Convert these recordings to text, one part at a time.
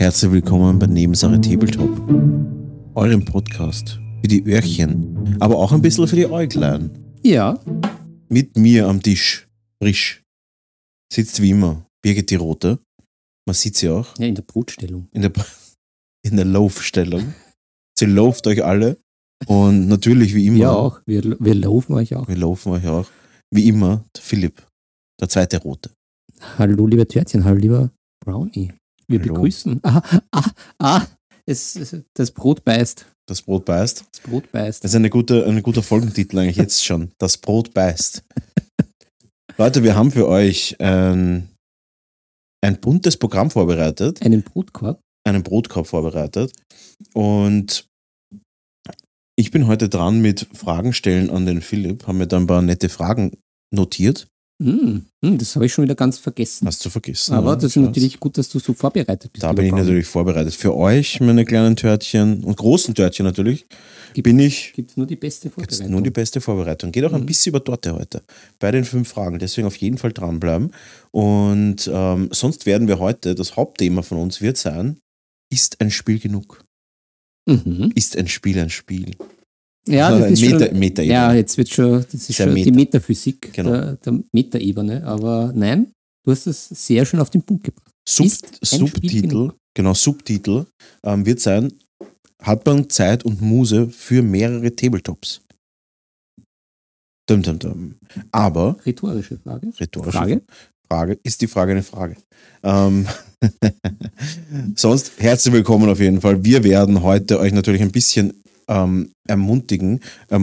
Herzlich willkommen bei Nebensache Tabletop, eurem Podcast für die Öhrchen, aber auch ein bisschen für die Äuglein. Ja. Mit mir am Tisch, frisch, sitzt wie immer Birgit die Rote. Man sieht sie auch. Ja, in der Brutstellung. In der Laufstellung. Sie lauft euch alle. Und natürlich wie immer. Ja, auch. Wir laufen euch auch. Wir laufen euch auch. Wie immer, der Philipp, der zweite Rote. Hallo, lieber Törtchen. Hallo, lieber Brownie. Wir Hallo. begrüßen. Das Brot beißt. Das Brot beißt. Das Brot beißt. Das ist ein guter Folgentitel eigentlich jetzt schon. Das Brot beißt. Leute, wir haben für euch ein buntes Programm vorbereitet. Einen Brotkorb. Einen Brotkorb vorbereitet. Und ich bin heute dran mit Fragen stellen an den Philipp. Haben mir da ein paar nette Fragen notiert. Das habe ich schon wieder ganz vergessen. Hast du vergessen. Aber ja? das ist natürlich gut, dass du so vorbereitet bist. Da bin ich natürlich vorbereitet. Für euch, meine kleinen Törtchen und großen Törtchen natürlich, Gibt es nur die beste Vorbereitung. nur die beste Vorbereitung. Geht auch ein bisschen über Torte heute bei den 5 Fragen. Deswegen auf jeden Fall dranbleiben. Und sonst werden wir heute, das Hauptthema von uns wird sein, ist ein Spiel genug? Ist ein Spiel ein Spiel? Ja, das ist Meta-Ebene. Ja, jetzt wird schon, das ist schon die Metaphysik der Meta-Ebene. Aber nein, du hast es sehr schön auf den Punkt gebracht. Subtitel wird sein, hat man Zeit und Muse für mehrere Tabletops? Aber Rhetorische Frage. Frage. Ist die Frage eine Frage? Sonst herzlich willkommen auf jeden Fall. Wir werden heute euch natürlich ein bisschen aufmuntern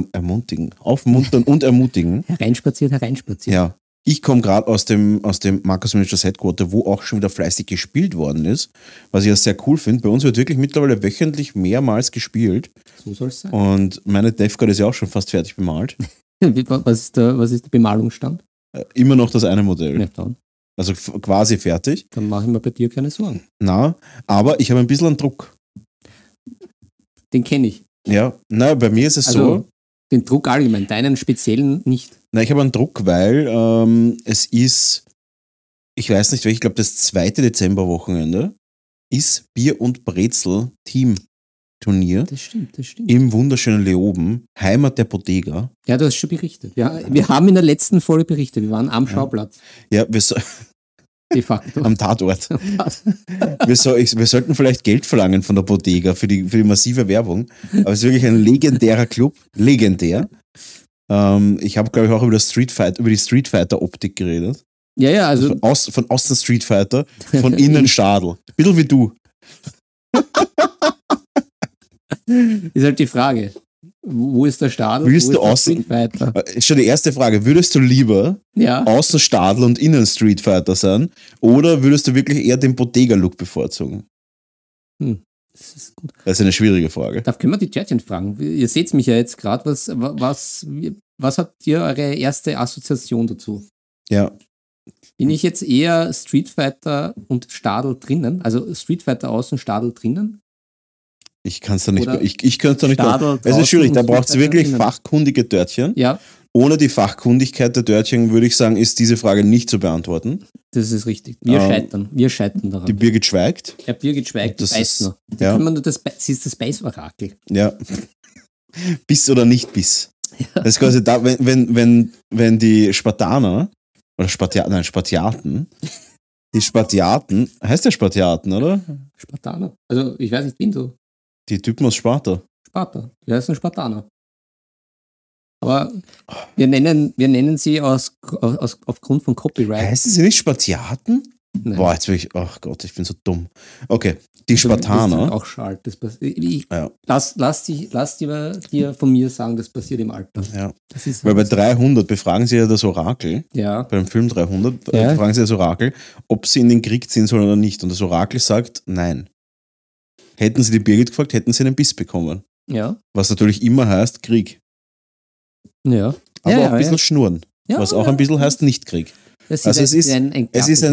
und ermutigen. Hereinspaziert. Ja. Ich komme gerade aus dem Marcus Managers Headquarter, wo auch schon wieder fleißig gespielt worden ist, was ich ja sehr cool finde. Bei uns wird wirklich mittlerweile wöchentlich mehrmals gespielt. So soll es sein. Und meine Death Guard ist ja auch schon fast fertig bemalt. Was ist der Bemalungsstand? Immer noch das eine Modell. Ja, dann. Also quasi fertig. Dann mache ich mir bei dir keine Sorgen. Na, aber ich habe ein bisschen einen Druck. Den kenne ich. Ja, na, bei mir ist es so. Den Druck allgemein, deinen speziellen nicht. Na, ich habe einen Druck, weil es ist, ich weiß nicht, ich glaube das 2. Dezemberwochenende ist Bier und Brezel Team-Turnier. Das stimmt. Im wunderschönen Leoben, Heimat der Bodega. Ja, du hast schon berichtet. Wir haben in der letzten Folge berichtet, wir waren am Schauplatz. Ja, de facto. Am Tatort. Wir sollten vielleicht Geld verlangen von der Bodega für die massive Werbung. Aber es ist wirklich ein legendärer Club. Legendär. Ich habe, glaube ich, auch über die Street Fighter-Optik geredet. Ja, also. Von außen Street Fighter, von innen Stadl. Ein bisschen wie du. Ist halt die Frage. Wo ist der Stadl? Willst du außen? Ist schon die erste Frage. Würdest du lieber außen Stadl und innen Street Fighter sein? Oder würdest du wirklich eher den Bodega-Look bevorzugen? Das ist gut. Das ist eine schwierige Frage. Da können wir die Törtchen fragen. Ihr seht mich ja jetzt gerade. Was habt ihr eure erste Assoziation dazu? Ja. Bin ich jetzt eher Street Fighter und Stadl drinnen? Also Street Fighter außen, Stadl drinnen? Ich kann es da nicht. Ich könnte es da nicht machen. Es ist schwierig, da braucht es wirklich fachkundige Törtchen. Ja. Ohne die Fachkundigkeit der Törtchen, würde ich sagen, ist diese Frage nicht zu beantworten. Das ist richtig. Wir scheitern daran. Die Birgit schweigt. Ja, Birgit schweigt, die beißt nur. Sie ist das Beißorakel. Ja. Biss oder nicht Biss. Ja. Das ist quasi da, wenn die Spartaner oder Spartiaten, die Spartiaten, heißt der Spartiaten, oder? Spartaner. Also, ich weiß nicht, wen du. Die Typen aus Sparta. Sparta. Ja, das ist ein Spartaner. Aber wir nennen sie aufgrund von Copyright. Heißen sie nicht Spartiaten? Nein. Boah, jetzt will ich, ach Gott, ich bin so dumm. Okay, die Spartaner. Das ist auch schalt. Lass dir von mir sagen, das passiert im Alter. Ja. Weil bei 300 befragen sie ja das Orakel. Ja. Beim Film 300 befragen sie das Orakel, ob sie in den Krieg ziehen sollen oder nicht. Und das Orakel sagt, nein. Hätten sie die Birgit gefragt, hätten sie einen Biss bekommen. Ja. Was natürlich immer heißt Krieg. Ja. Aber auch ein bisschen Schnurren. Ja, was auch ein bisschen heißt Nicht-Krieg. Es ist ein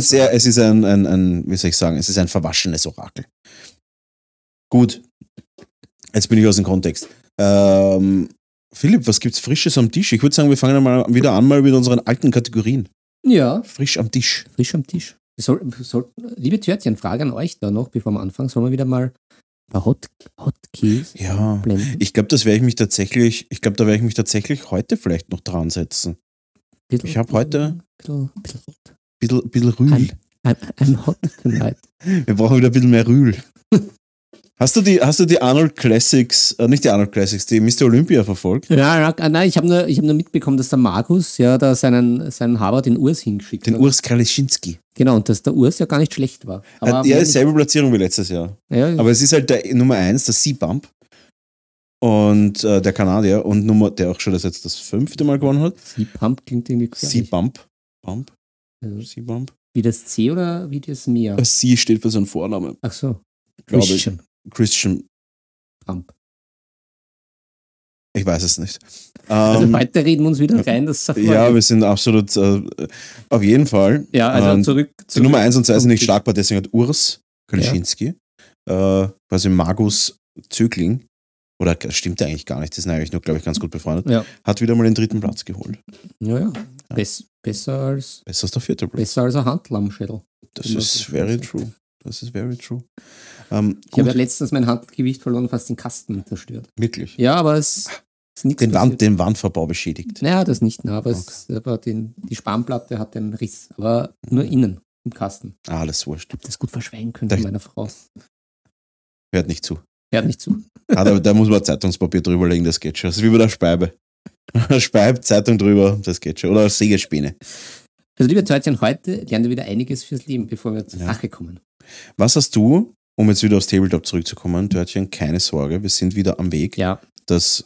verwaschenes Orakel. Gut. Jetzt bin ich aus dem Kontext. Philipp, was gibt's Frisches am Tisch? Ich würde sagen, wir fangen mal wieder an mit unseren alten Kategorien. Ja. Frisch am Tisch. Frisch am Tisch. Liebe Törtchen, Frage an euch da noch, bevor wir anfangen, sollen wir wieder mal ein paar Hotkeys blenden? Ich glaube, da werde ich mich tatsächlich heute vielleicht noch dran setzen. Ich habe heute ein bisschen Rühl. I'm hot tonight. Wir brauchen wieder ein bisschen mehr Rühl. Hast du die Arnold Classics, nicht die Arnold Classics, die Mr. Olympia verfolgt? Nein, ich hab nur mitbekommen, dass der Markus da seinen Harvard den Urs hingeschickt hat. Den Urs Kralischinski. Genau, und dass der Urs ja gar nicht schlecht war. Aber ja, selbe Platzierung wie letztes Jahr. Ja, aber es ist halt der Nummer 1, der Sea-Bump. Und der Kanadier und der auch schon das 5. Mal gewonnen hat. Sea-Bump klingt irgendwie gefährlich. Sea-Bump. Sea-Bump. Wie das C oder wie das Meer? Das C steht für seinen Vornamen. Ach so. Christian Bump. Ich weiß es nicht. Also heute reden wir uns wieder rein, das Safari. Ja, wir sind absolut auf jeden Fall. Ja, also zurück. Die Nummer 1 und 2 sind nicht schlagbar, deswegen hat Urs Kralischinski, quasi Magus Zögling, oder stimmt eigentlich gar nicht, die sind eigentlich nur, glaube ich, ganz gut befreundet, hat wieder mal den 3. Platz geholt. Ja. Besser als der 4. Platz. Besser als ein Handlammschädel. Das ist very true. Ich habe ja letztens mein Handgewicht verloren, fast den Kasten zerstört. Wirklich? Ja, aber es ist nichts den Wandverbau beschädigt. Naja, das nicht, aber die Spanplatte hat einen Riss, aber nur innen im Kasten. Alles wurscht. Ich habe das gut verschweigen können von meiner Frau. Hört nicht zu. Da muss man Zeitungspapier drüberlegen, das geht schon. Das ist wie bei der Speibe. Speib, Zeitung drüber, das geht schon. Oder Sägespäne. Also liebe Zeitchen, heute lernen wir wieder einiges fürs Leben, bevor wir zur Sache kommen. Was hast du, um jetzt wieder aufs Tabletop zurückzukommen, Törtchen, keine Sorge, wir sind wieder am Weg. Ja. Das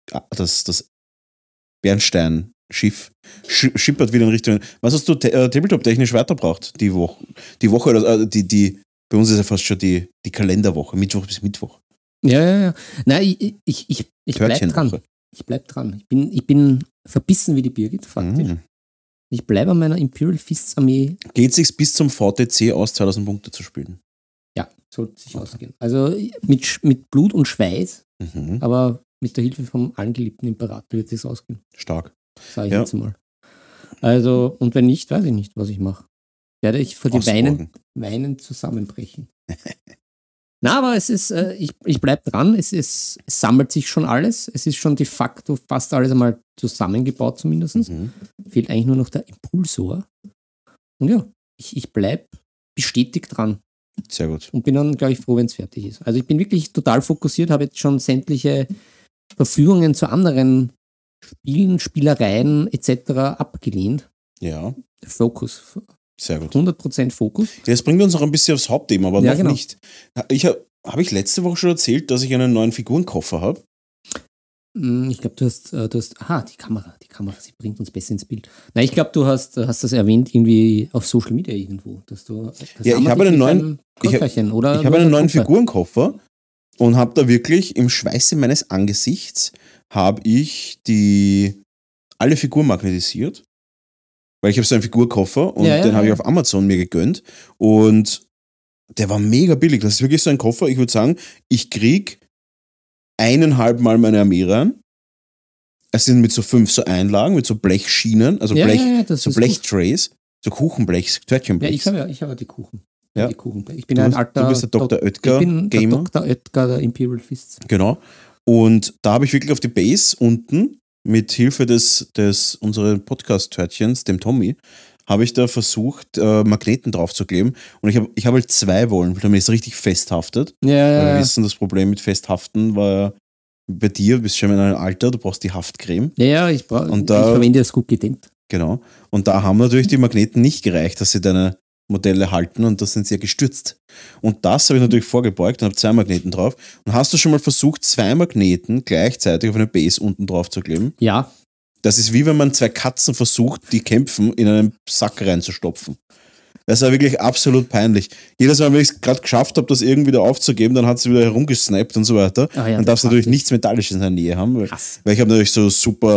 Bernstein-Schiff schippert wieder in Richtung. Was hast du Tabletop-technisch weitergebracht die Woche? Die Woche, bei uns ist ja fast schon die Kalenderwoche, Mittwoch bis Mittwoch. Ja. Nein, ich bleib dran. Ich bleib dran. Ich bin verbissen wie die Birgit, faktisch. Ich bleibe an meiner Imperial Fists Armee. Geht es sich bis zum VTC aus, 2000 Punkte zu spielen? Ja, sollte sich ausgehen. Also mit Blut und Schweiß, aber mit der Hilfe vom allengeliebten Imperator wird es sich ausgehen. Stark. Sage ich jetzt mal. Also, und wenn nicht, weiß ich nicht, was ich mache. Werde ich vor die Weinen zusammenbrechen. Na, aber es ist, ich bleibe dran, es sammelt sich schon alles, es ist schon de facto fast alles einmal zusammengebaut zumindest. Fehlt eigentlich nur noch der Impulsor. Und ja, ich bleibe bestätigt dran. Sehr gut. Und bin dann, glaube ich, froh, wenn es fertig ist. Also ich bin wirklich total fokussiert, habe jetzt schon sämtliche Verfügungen zu anderen Spielen, Spielereien etc. abgelehnt. Ja. Fokus. Sehr gut. 100% Fokus. Das bringt uns noch ein bisschen aufs Hauptthema, aber noch nicht. Habe ich letzte Woche schon erzählt, dass ich einen neuen Figurenkoffer habe? Ich glaube, du hast die Kamera, sie bringt uns besser ins Bild. Nein, ich glaube, du hast das erwähnt irgendwie auf Social Media irgendwo, dass du ich habe einen neuen Figurenkoffer und habe da wirklich im Schweiße meines Angesichts habe ich alle Figuren magnetisiert. Weil ich habe so einen Figurkoffer und den habe ich auf Amazon mir gegönnt und der war mega billig. Das ist wirklich so ein Koffer, ich würde sagen, ich kriege 1,5 Mal meine Armee rein. Es sind mit so 5 so Einlagen, mit so Blechschienen, also Blechtrays, so Kuchenblech, Törtchenblech. Ja, ich habe die Kuchen. Ja. Die Kuchenblech. Ich bin ein alter... Du bist der Dr. Oetker Gamer. Ich bin der Dr. Oetker der Imperial Fists. Genau. Und da habe ich wirklich auf die Base unten mit Hilfe unseren Podcast-Törtchens, dem Tommy, habe ich da versucht, Magneten draufzukleben. Und ich habe halt 2 wollen, damit es richtig festhaftet. Ja. Weil wir wissen, das Problem mit Festhaften war bei dir, du bist schon in einem Alter, du brauchst die Haftcreme. Ja, ich verwende das gut gedämmt. Genau. Und da haben natürlich die Magneten nicht gereicht, dass sie deine Modelle halten und da sind sie ja gestürzt. Und das habe ich natürlich vorgebeugt und habe 2 Magneten drauf. Und hast du schon mal versucht, 2 Magneten gleichzeitig auf eine Base unten drauf zu kleben? Ja. Das ist wie wenn man 2 Katzen versucht, die kämpfen, in einen Sack reinzustopfen. Das war wirklich absolut peinlich. Jedes Mal, wenn ich es gerade geschafft habe, das irgendwie da aufzugeben, dann hat es wieder herumgesnappt und so weiter. Dann darfst du natürlich nichts Metallisches in der Nähe haben, weil ich habe natürlich so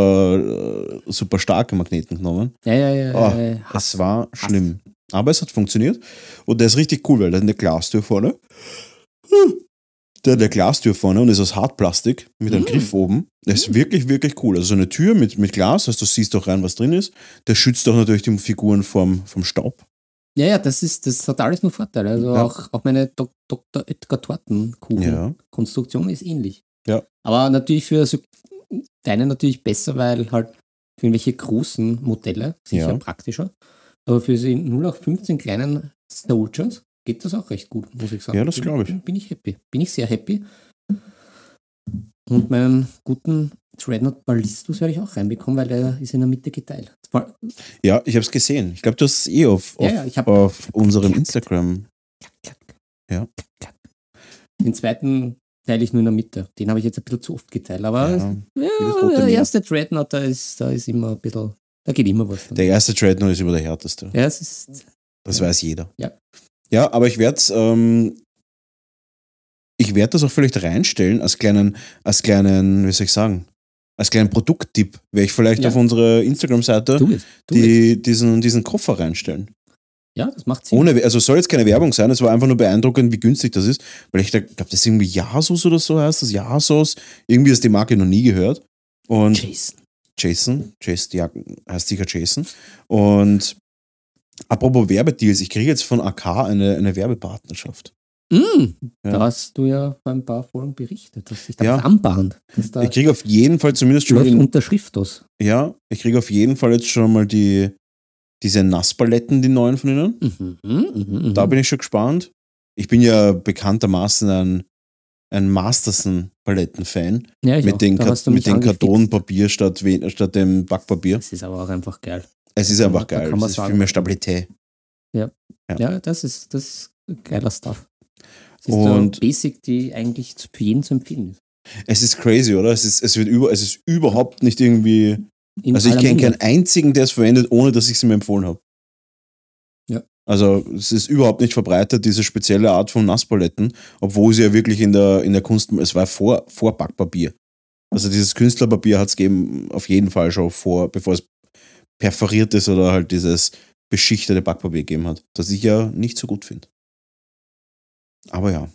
super starke Magneten genommen. Ja. Das war schlimm. Aber es hat funktioniert und der ist richtig cool, weil der hat eine Glastür vorne. Der hat eine Glastür vorne und ist aus Hartplastik mit einem Griff oben. Der ist wirklich, wirklich cool. Also so eine Tür mit Glas, also du siehst auch rein, was drin ist. Der schützt auch natürlich die Figuren vom Staub. Ja, das hat alles nur Vorteile. Also auch meine Dr. Oetker Tortenkuchen-Konstruktion ist ähnlich. Ja. Aber natürlich für so deine natürlich besser, weil halt für irgendwelche großen Modelle sicher praktischer. Aber für die 0815 kleinen Soldiers geht das auch recht gut, muss ich sagen. Ja, das glaube ich. Bin ich happy. Bin ich sehr happy. Und meinen guten Dreadnought Ballistus werde ich auch reinbekommen, weil der ist in der Mitte geteilt. Ja, ich habe es gesehen. Ich glaube, du hast es auf unserem Instagram. Ja. Den zweiten teile ich nur in der Mitte. Den habe ich jetzt ein bisschen zu oft geteilt. Aber der erste Dreadnought, da ist immer ein bisschen, da geht immer was. Der erste Dreadnought ist immer der härteste. Ja, das weiß jeder. Ja, aber ich werde das auch vielleicht reinstellen als kleinen, wie soll ich sagen, als kleinen Produkttipp. Werde ich vielleicht auf unsere Instagram-Seite diesen Koffer reinstellen. Ja, das macht Sinn. Also soll jetzt keine Werbung sein, es war einfach nur beeindruckend, wie günstig das ist. Weil ich glaube, das ist irgendwie Jasos oder so heißt das. Jasos. Irgendwie hast die Marke noch nie gehört. Und Jason, ja, heißt sicher Jason. Und apropos Werbedeals, ich kriege jetzt von AK eine Werbepartnerschaft. Da hast du ja vor ein paar Folgen berichtet, dass sich da was anbahnt. Ich kriege auf jeden Fall zumindest schon mal Unterschriftos. Ja, ich kriege auf jeden Fall jetzt schon mal diese Nasspaletten, die neuen von ihnen. Da bin ich schon gespannt. Ich bin ja bekanntermaßen ein Masterson-Paletten-Fan. Ja, mit dem Kartonpapier statt dem Backpapier. Das ist aber auch einfach geil. Es ist einfach geil. Es ist viel mehr Stabilität. Ja, das ist geiler Stuff. Das ist eine Basic, die eigentlich für jeden zu empfehlen ist. Es ist crazy, oder? Es ist überhaupt nicht irgendwie. Also ich kenne keinen einzigen, der es verwendet, ohne dass ich es ihm empfohlen habe. Ja. Also es ist überhaupt nicht verbreitet, diese spezielle Art von Nasspaletten, obwohl sie ja wirklich in der Kunst, es war vor Backpapier. Also dieses Künstlerpapier hat es gegeben, auf jeden Fall schon bevor es perforiert ist oder halt dieses beschichtete Backpapier gegeben hat, das ich ja nicht so gut finde. Aber ja.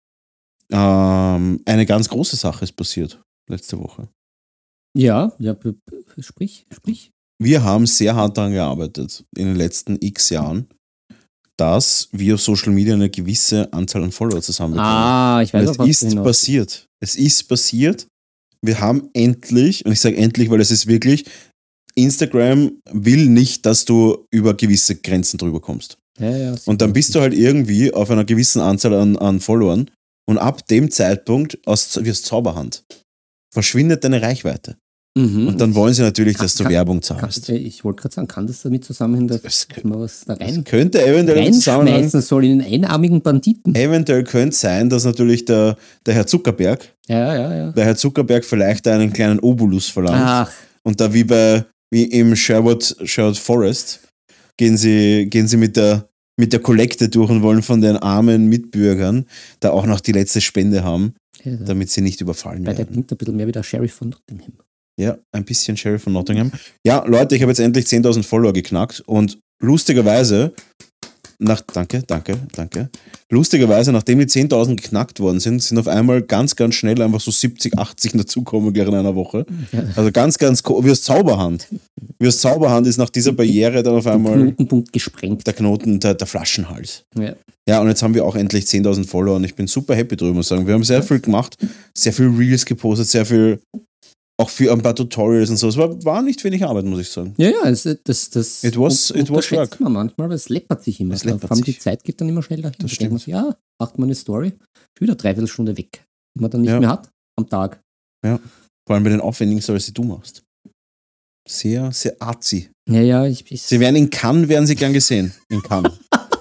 Eine ganz große Sache ist passiert letzte Woche. Ja, sprich. Wir haben sehr hart daran gearbeitet in den letzten x Jahren, dass wir auf Social Media eine gewisse Anzahl an Follower zusammenbekommen. Ich weiß auch, was du passiert. Es ist passiert. Wir haben endlich, und ich sage endlich, weil es ist wirklich, Instagram will nicht, dass du über gewisse Grenzen drüber kommst. Ja, und dann bist du halt irgendwie auf einer gewissen Anzahl an Followern und ab dem Zeitpunkt wie aus Zauberhand verschwindet deine Reichweite. Und dann wollen sie natürlich, dass du Werbung zahlst. Ich wollte gerade sagen, kann das damit zusammenhängen, dass man was da rein könnte eventuell reinschmeißen soll in den einarmigen Banditen? Eventuell könnte es sein, dass natürlich der Herr Zuckerberg, der Herr Zuckerberg vielleicht einen kleinen Obolus verlangt. Und da wie im Sherwood Forest gehen sie mit der Kollekte durch und wollen von den armen Mitbürgern da auch noch die letzte Spende haben, damit sie nicht überfallen werden. Der klingt ein bisschen mehr wie der Sheriff von Nottingham. Ja, ein bisschen Sheriff von Nottingham. Ja, Leute, ich habe jetzt endlich 10.000 Follower geknackt und lustigerweise, danke. Lustigerweise, nachdem die 10.000 geknackt worden sind auf einmal ganz, ganz schnell einfach so 70, 80 dazukommen gleich in einer Woche. Also ganz, ganz, wie aus Zauberhand. Wie aus Zauberhand ist nach dieser Barriere dann auf einmal der Knotenpunkt gesprengt. Der Knoten, der Flaschenhals. Ja, und jetzt haben wir auch endlich 10.000 Follower und ich bin super happy drüber, muss ich sagen. Wir haben sehr viel gemacht, sehr viel Reels gepostet, sehr viel auch für ein paar Tutorials und so. Es war nicht wenig Arbeit, muss ich sagen. Ja, das it was work. Man manchmal, aber es läppert sich immer. Vor allem die Zeit geht dann immer schnell dahin. Das stimmt. Macht man eine Story, schon wieder 3/4 Stunde weg, die man dann nicht mehr hat am Tag. Ja, vor allem bei den aufwendigen Stories, die du machst. Sehr, sehr artsy. Ja, Sie werden in Cannes, werden sie gern gesehen. In Cannes.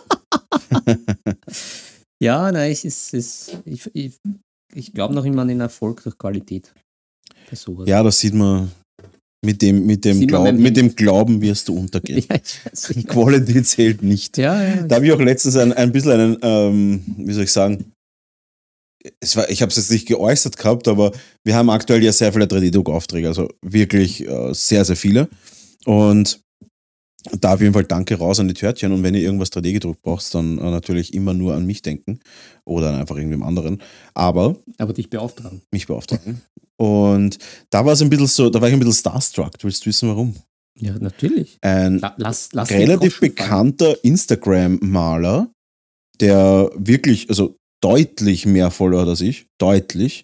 Ja, nein, ich glaube noch immer an den Erfolg durch Qualität. Ja, das sieht man. Mit dem Glauben wirst du untergehen. Ja, ich weiß nicht. Quality zählt nicht. Ja. Da habe ich auch letztens ein bisschen wie soll ich sagen, ich habe es jetzt nicht geäußert gehabt, aber wir haben aktuell ja sehr viele 3D-Druck-Aufträge, also wirklich sehr, sehr viele. Und da auf jeden Fall danke raus an die Törtchen und wenn ihr irgendwas 3D gedruckt braucht, dann natürlich immer nur an mich denken oder einfach irgendwem anderen. Aber dich beauftragen. Mich beauftragen. Und da war es ein bisschen so, da war ich ein bisschen starstruck. Willst du wissen, warum? Ja, natürlich. Ein Lass relativ bekannter Instagram-Maler, der wirklich, also deutlich mehr Follower hat als ich. Deutlich.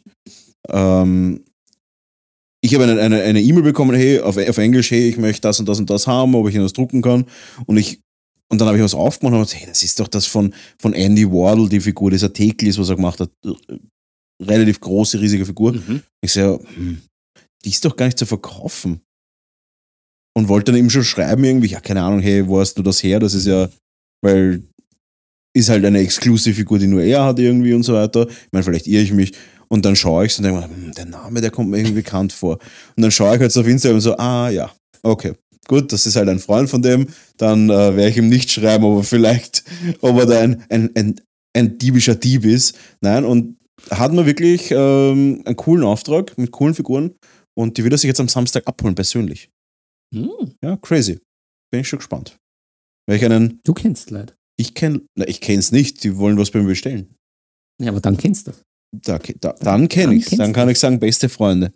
Ich habe eine E-Mail bekommen, hey, auf Englisch, hey, ich möchte das und das haben, ob ich Ihnen das drucken kann. Und dann habe ich was aufgemacht und habe gesagt, hey, das ist doch das von Andy Warhol, die Figur, dieser Teklis, was er gemacht hat. Relativ große, riesige Figur. Mhm. Ich sage, die ist doch gar nicht zu verkaufen. Und wollte dann ihm schon schreiben irgendwie, ja, keine Ahnung, hey, wo hast du das her? Das ist ja, weil ist halt eine Exclusive-Figur, die nur er hat irgendwie und so weiter. Ich meine, vielleicht irre ich mich. Und dann schaue ich so und denke mir, der Name, der kommt mir irgendwie bekannt vor. Und dann schaue ich halt so auf Instagram und so, ja, okay. Gut, das ist halt ein Freund von dem, dann werde ich ihm nicht schreiben, aber vielleicht, ob er da ein diebischer Dieb ist. Nein, und hat mir wirklich einen coolen Auftrag mit coolen Figuren und die wird er sich jetzt am Samstag abholen, persönlich. Ja, crazy. Bin ich schon gespannt. Du kennst Leute. Ich kenne es nicht, die wollen was bei mir bestellen. Ja, aber dann kennst du das. Dann kenne ich es. Dann kann ich sagen, beste Freunde.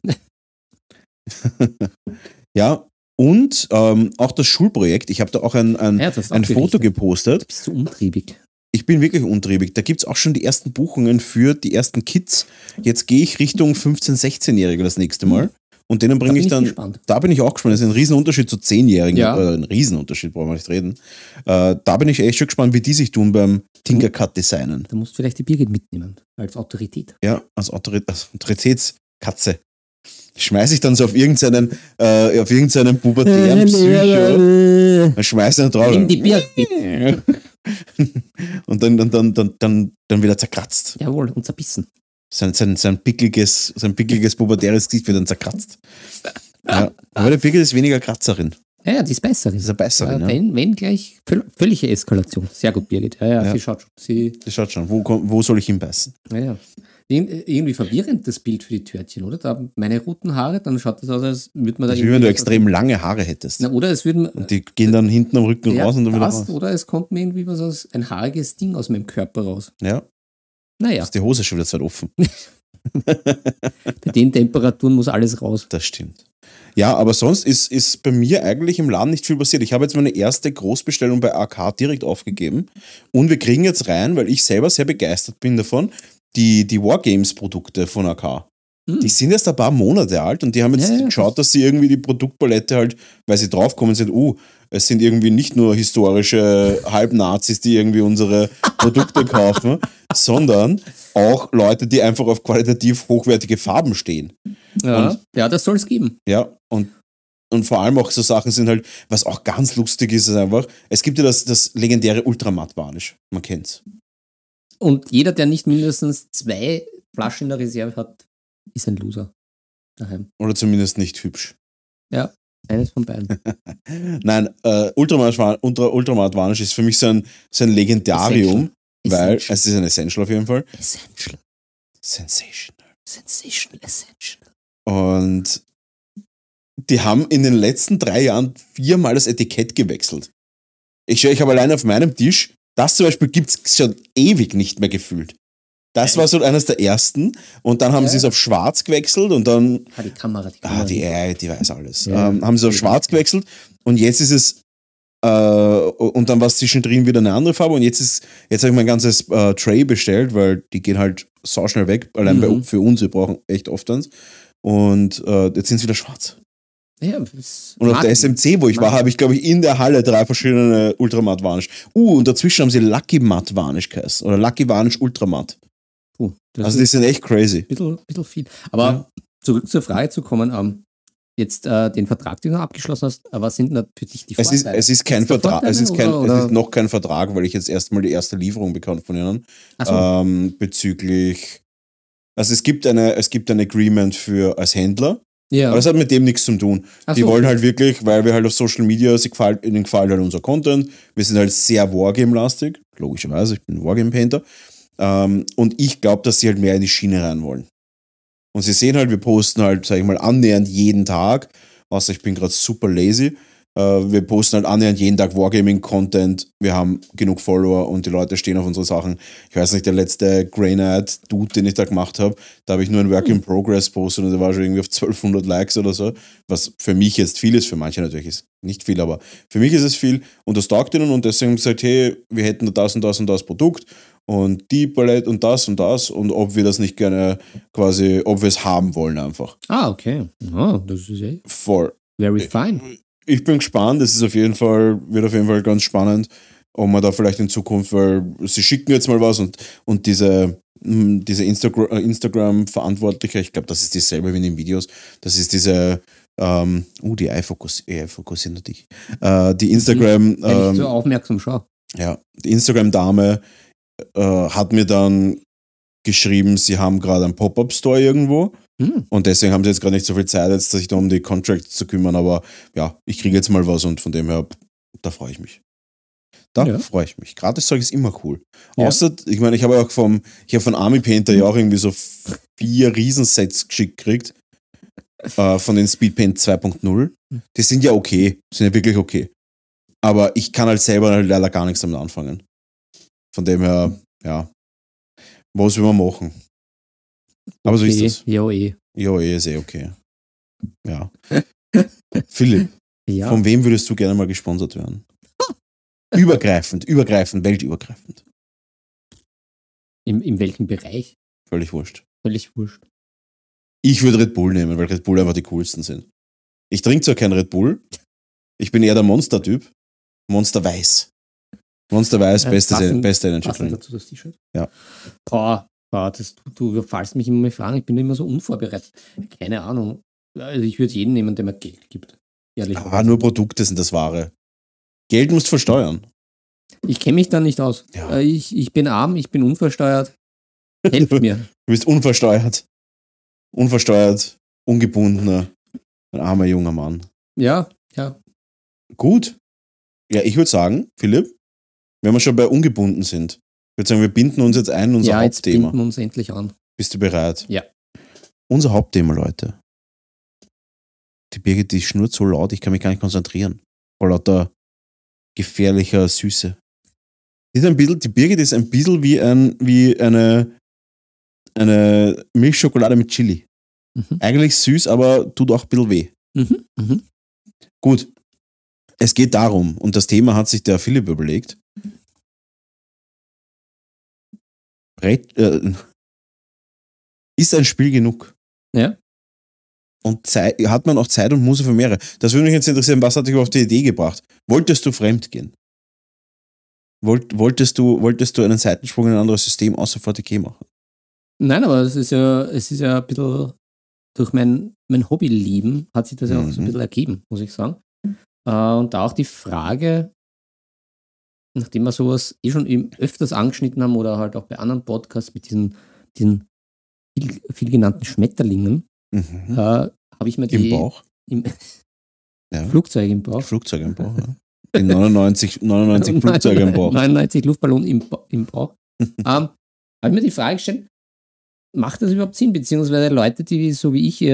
Ja, und auch das Schulprojekt, ich habe da auch ein Foto gepostet. Bist du untriebig? Ich bin wirklich untriebig. Da gibt es auch schon die ersten Buchungen für die ersten Kids. Jetzt gehe ich Richtung 15-, 16-Jährige das nächste Mal. Und denen bringe ich dann, gespannt. Da bin ich auch gespannt, das ist ein Riesenunterschied zu 10-Jährigen, ein Riesenunterschied, brauchen wir nicht reden. Da bin ich echt schon gespannt, wie die sich tun beim Tinkercad designen. Da musst du vielleicht die Birgit mitnehmen, als Autorität. Ja, als Autoritätskatze. Schmeiße ich dann so auf irgendeinen pubertären Psycho. Dann schmeiße ich ihn drauf. Nimm die Birgit. Und dann wieder zerkratzt. Jawohl, und zerbissen. Sein pickliges pubertäres Gesicht wird dann zerkratzt. Ja, aber der Birgit ist weniger Kratzerin. Ja, die ist Beißerin. Das ist eine Beißerin, wenn gleich völlige Eskalation. Sehr gut, Birgit. Ja. Sie schaut schon. Sie schaut schon. Wo soll ich ihn beißen? Ja. Irgendwie verwirrend, das Bild für die Törtchen, oder? Da meine roten Haare, dann schaut das aus, als würde man da... Das ist wie wenn du extrem lange Haare hättest. Na, oder es würden... Und die gehen dann hinten am Rücken raus und dann wieder raus. Oder es kommt mir irgendwie ein haariges Ding aus meinem Körper raus. Ja. Naja. Ist die Hose schon wieder zu weit offen. Bei den Temperaturen muss alles raus. Das stimmt. Ja, aber sonst ist bei mir eigentlich im Laden nicht viel passiert. Ich habe jetzt meine erste Großbestellung bei AK direkt aufgegeben und wir kriegen jetzt rein, weil ich selber sehr begeistert bin davon, die Wargames-Produkte von AK. Die sind erst ein paar Monate alt und die haben jetzt geschaut, dass sie irgendwie die Produktpalette halt, weil sie draufkommen sind, es sind irgendwie nicht nur historische Halbnazis, die irgendwie unsere Produkte kaufen, sondern auch Leute, die einfach auf qualitativ hochwertige Farben stehen. Ja, das soll es geben. Ja, und vor allem auch so Sachen sind halt, was auch ganz lustig ist einfach, es gibt ja das legendäre Ultramatt-Varnish. Man kennt's. Und jeder, der nicht mindestens 2 Flaschen in der Reserve hat, ist ein Loser daheim. Oder zumindest nicht hübsch. Ja, eines von beiden. Nein, Ultramatt Varnish ist für mich so ein Legendarium, weil es ist ein Essential auf jeden Fall. Essential. Sensational Essential. Und die haben in den letzten 3 Jahren 4-mal das Etikett gewechselt. Ich habe allein auf meinem Tisch, das zum Beispiel gibt es schon ewig nicht mehr gefühlt. Das war so eines der ersten und dann haben sie es auf schwarz gewechselt und dann... Die Kamera. Die weiß alles. Haben sie es auf schwarz gewechselt und jetzt ist es... und dann war es zwischendrin wieder eine andere Farbe und jetzt habe ich mein ganzes Tray bestellt, weil die gehen halt so schnell weg, allein für uns, wir brauchen echt oft eins. Und jetzt sind sie wieder schwarz. Ja, und auf der SMC, wo ich war, habe ich, glaube ich, in der Halle 3 verschiedene Ultramatt Varnish. Und dazwischen haben sie Lucky Matt Varnish geheißen. Oder Lucky Varnish Ultramatt. Also die sind echt crazy. Bisschen viel. Aber zurück zur Frage zu kommen, jetzt den Vertrag, den du abgeschlossen hast, was sind denn für dich die Vorteile? Es ist kein Vertrag, es ist noch kein Vertrag, weil ich jetzt erstmal die erste Lieferung bekomme von ihnen. So. Bezüglich, also es gibt ein Agreement als Händler, ja. Aber das hat mit dem nichts zu tun. Die wollen halt wirklich, weil wir halt auf Social Media, ihnen gefällt halt unser Content, wir sind halt sehr Wargame-lastig, logischerweise, ich bin Wargame-Painter, und ich glaube, dass sie halt mehr in die Schiene rein wollen. Und sie sehen halt, wir posten halt, sag ich mal, annähernd jeden Tag, außer ich bin gerade super lazy, Wir posten halt annähernd jeden Tag Wargaming-Content. Wir haben genug Follower und die Leute stehen auf unsere Sachen. Ich weiß nicht, der letzte Grey Knight-Dude, den ich da gemacht habe, da habe ich nur ein Work in Progress postet und der war schon irgendwie auf 1200 Likes oder so. Was für mich jetzt viel ist, für manche natürlich ist nicht viel, aber für mich ist es viel. Und das taugt ihnen und deswegen haben sie gesagt, hey, wir hätten da das und das und das Produkt und die Palette und das und ob wir das nicht gerne quasi, ob wir es haben wollen einfach. Okay. Das ist voll. Very fine. Ich bin gespannt, es ist wird auf jeden Fall ganz spannend, ob man da vielleicht in Zukunft, weil sie schicken jetzt mal was und diese Instagram-Verantwortliche, ich glaube, das ist dieselbe wie in den Videos, das ist diese, die fokussieren natürlich. Die Instagram. Wenn ich so aufmerksam schaue. Ja, die Instagram-Dame hat mir dann geschrieben, sie haben gerade einen Pop-Up-Store irgendwo. Und deswegen haben sie jetzt gerade nicht so viel Zeit, jetzt sich da um die Contracts zu kümmern, aber ja, ich kriege jetzt mal was und von dem her, da freue ich mich. Freue ich mich. Gratis-Zeug ist immer cool. Ja. Außer, ich meine, ich habe von Army Painter ja auch irgendwie so 4 Riesensets geschickt gekriegt, von den Speedpaint 2.0. Die sind ja okay, sind ja wirklich okay. Aber ich kann halt selber leider gar nichts damit anfangen. Von dem her, ja, was will man machen? Aber so ist das. Ja, ist okay. Ja. Philipp, ja. Von wem würdest du gerne mal gesponsert werden? Übergreifend, weltübergreifend. In welchem Bereich? Völlig wurscht. Ich würde Red Bull nehmen, weil Red Bull einfach die coolsten sind. Ich trinke zwar kein Red Bull, ich bin eher der Monster-Typ. Monster Weiß, beste Energy Drink. Dazu das T-Shirt? Ja. Du überfallst mich immer mit Fragen, ich bin immer so unvorbereitet. Keine Ahnung. Also ich würde jeden nehmen, der mir Geld gibt. Ehrlich. Nur Produkte sind das Wahre. Geld musst du versteuern. Ich kenne mich da nicht aus. Ja. Ich bin arm, ich bin unversteuert. Helft mir. Du bist unversteuert. Ungebundener, ein armer junger Mann. Ja. Gut. Ja, ich würde sagen, Philipp, wenn wir schon bei ungebunden sind, ich würde sagen, wir binden uns jetzt ein in unser Hauptthema. Jetzt binden wir uns endlich an. Bist du bereit? Ja. Unser Hauptthema, Leute. Die Birgit, die schnurrt so laut, ich kann mich gar nicht konzentrieren. Vor lauter gefährlicher Süße. Die Birgit ist ein bisschen wie eine Milchschokolade mit Chili. Eigentlich süß, aber tut auch ein bisschen weh. Gut. Es geht darum, und das Thema hat sich der Philipp überlegt, ist ein Spiel genug? Ja. Und hat man auch Zeit und Muße für mehrere? Das würde mich jetzt interessieren, was hat dich auf die Idee gebracht? Wolltest du fremdgehen? Wolltest du einen Seitensprung in ein anderes System außer VTK machen? Nein, aber es ist ja ein bisschen, durch mein Hobbylieben hat sich das ja auch so ein bisschen ergeben, muss ich sagen. Und da auch die Frage, nachdem wir sowas schon öfters angeschnitten haben oder halt auch bei anderen Podcasts mit diesen viel genannten Schmetterlingen, habe ich mir die... Im Bauch? Flugzeug im Bauch. Flugzeug im Bauch, ja. Die 99 Flugzeuge im Bauch. 99 Luftballon im Bauch. Habe ich mir die Frage gestellt, macht das überhaupt Sinn? Beziehungsweise Leute, die so wie ich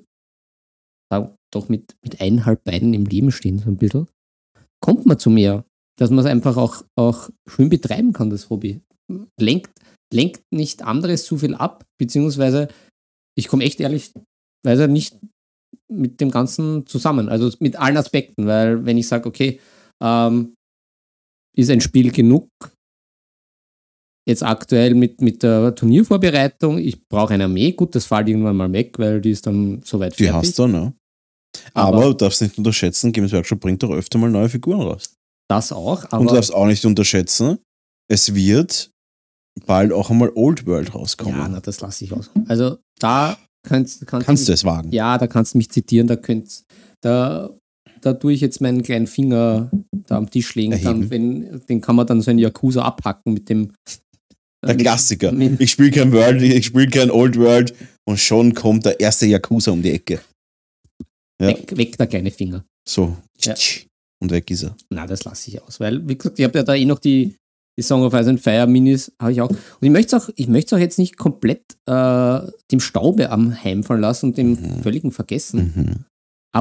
doch mit 1,5 Beinen im Leben stehen, so ein bisschen, kommt man zu mehr, dass man es einfach auch schön betreiben kann, das Hobby. Lenkt nicht anderes zu viel ab, beziehungsweise ich komme echt ehrlichweise nicht mit dem Ganzen zusammen, also mit allen Aspekten, weil wenn ich sage, okay, ist ein Spiel genug, jetzt aktuell mit der Turniervorbereitung, ich brauche eine Armee, gut, das fällt irgendwann mal weg, weil die ist dann soweit fertig. Die hast du, ne? Aber du darfst nicht unterschätzen, Games Workshop bringt doch öfter mal neue Figuren raus. Das auch, aber... Und du darfst auch nicht unterschätzen, es wird bald auch einmal Old World rauskommen. Ja, das lasse ich aus. Also da kannst du es wagen. Ja, da kannst du mich zitieren, da tue ich jetzt meinen kleinen Finger da am Tisch legen, dann, den kann man dann so ein Yakuza abhacken mit dem... Der Klassiker. Ich spiele kein World, ich spiele kein Old World und schon kommt der erste Yakuza um die Ecke. Ja. Weg der kleine Finger. So. Ja. Und weg ist er. Na, das lasse ich aus, weil, wie gesagt, ich habe ja da noch die Song of Ice and Fire Minis, habe ich auch. Und ich möchte es auch jetzt nicht komplett dem Staube am Heimfallen lassen und dem völligen Vergessen. Aber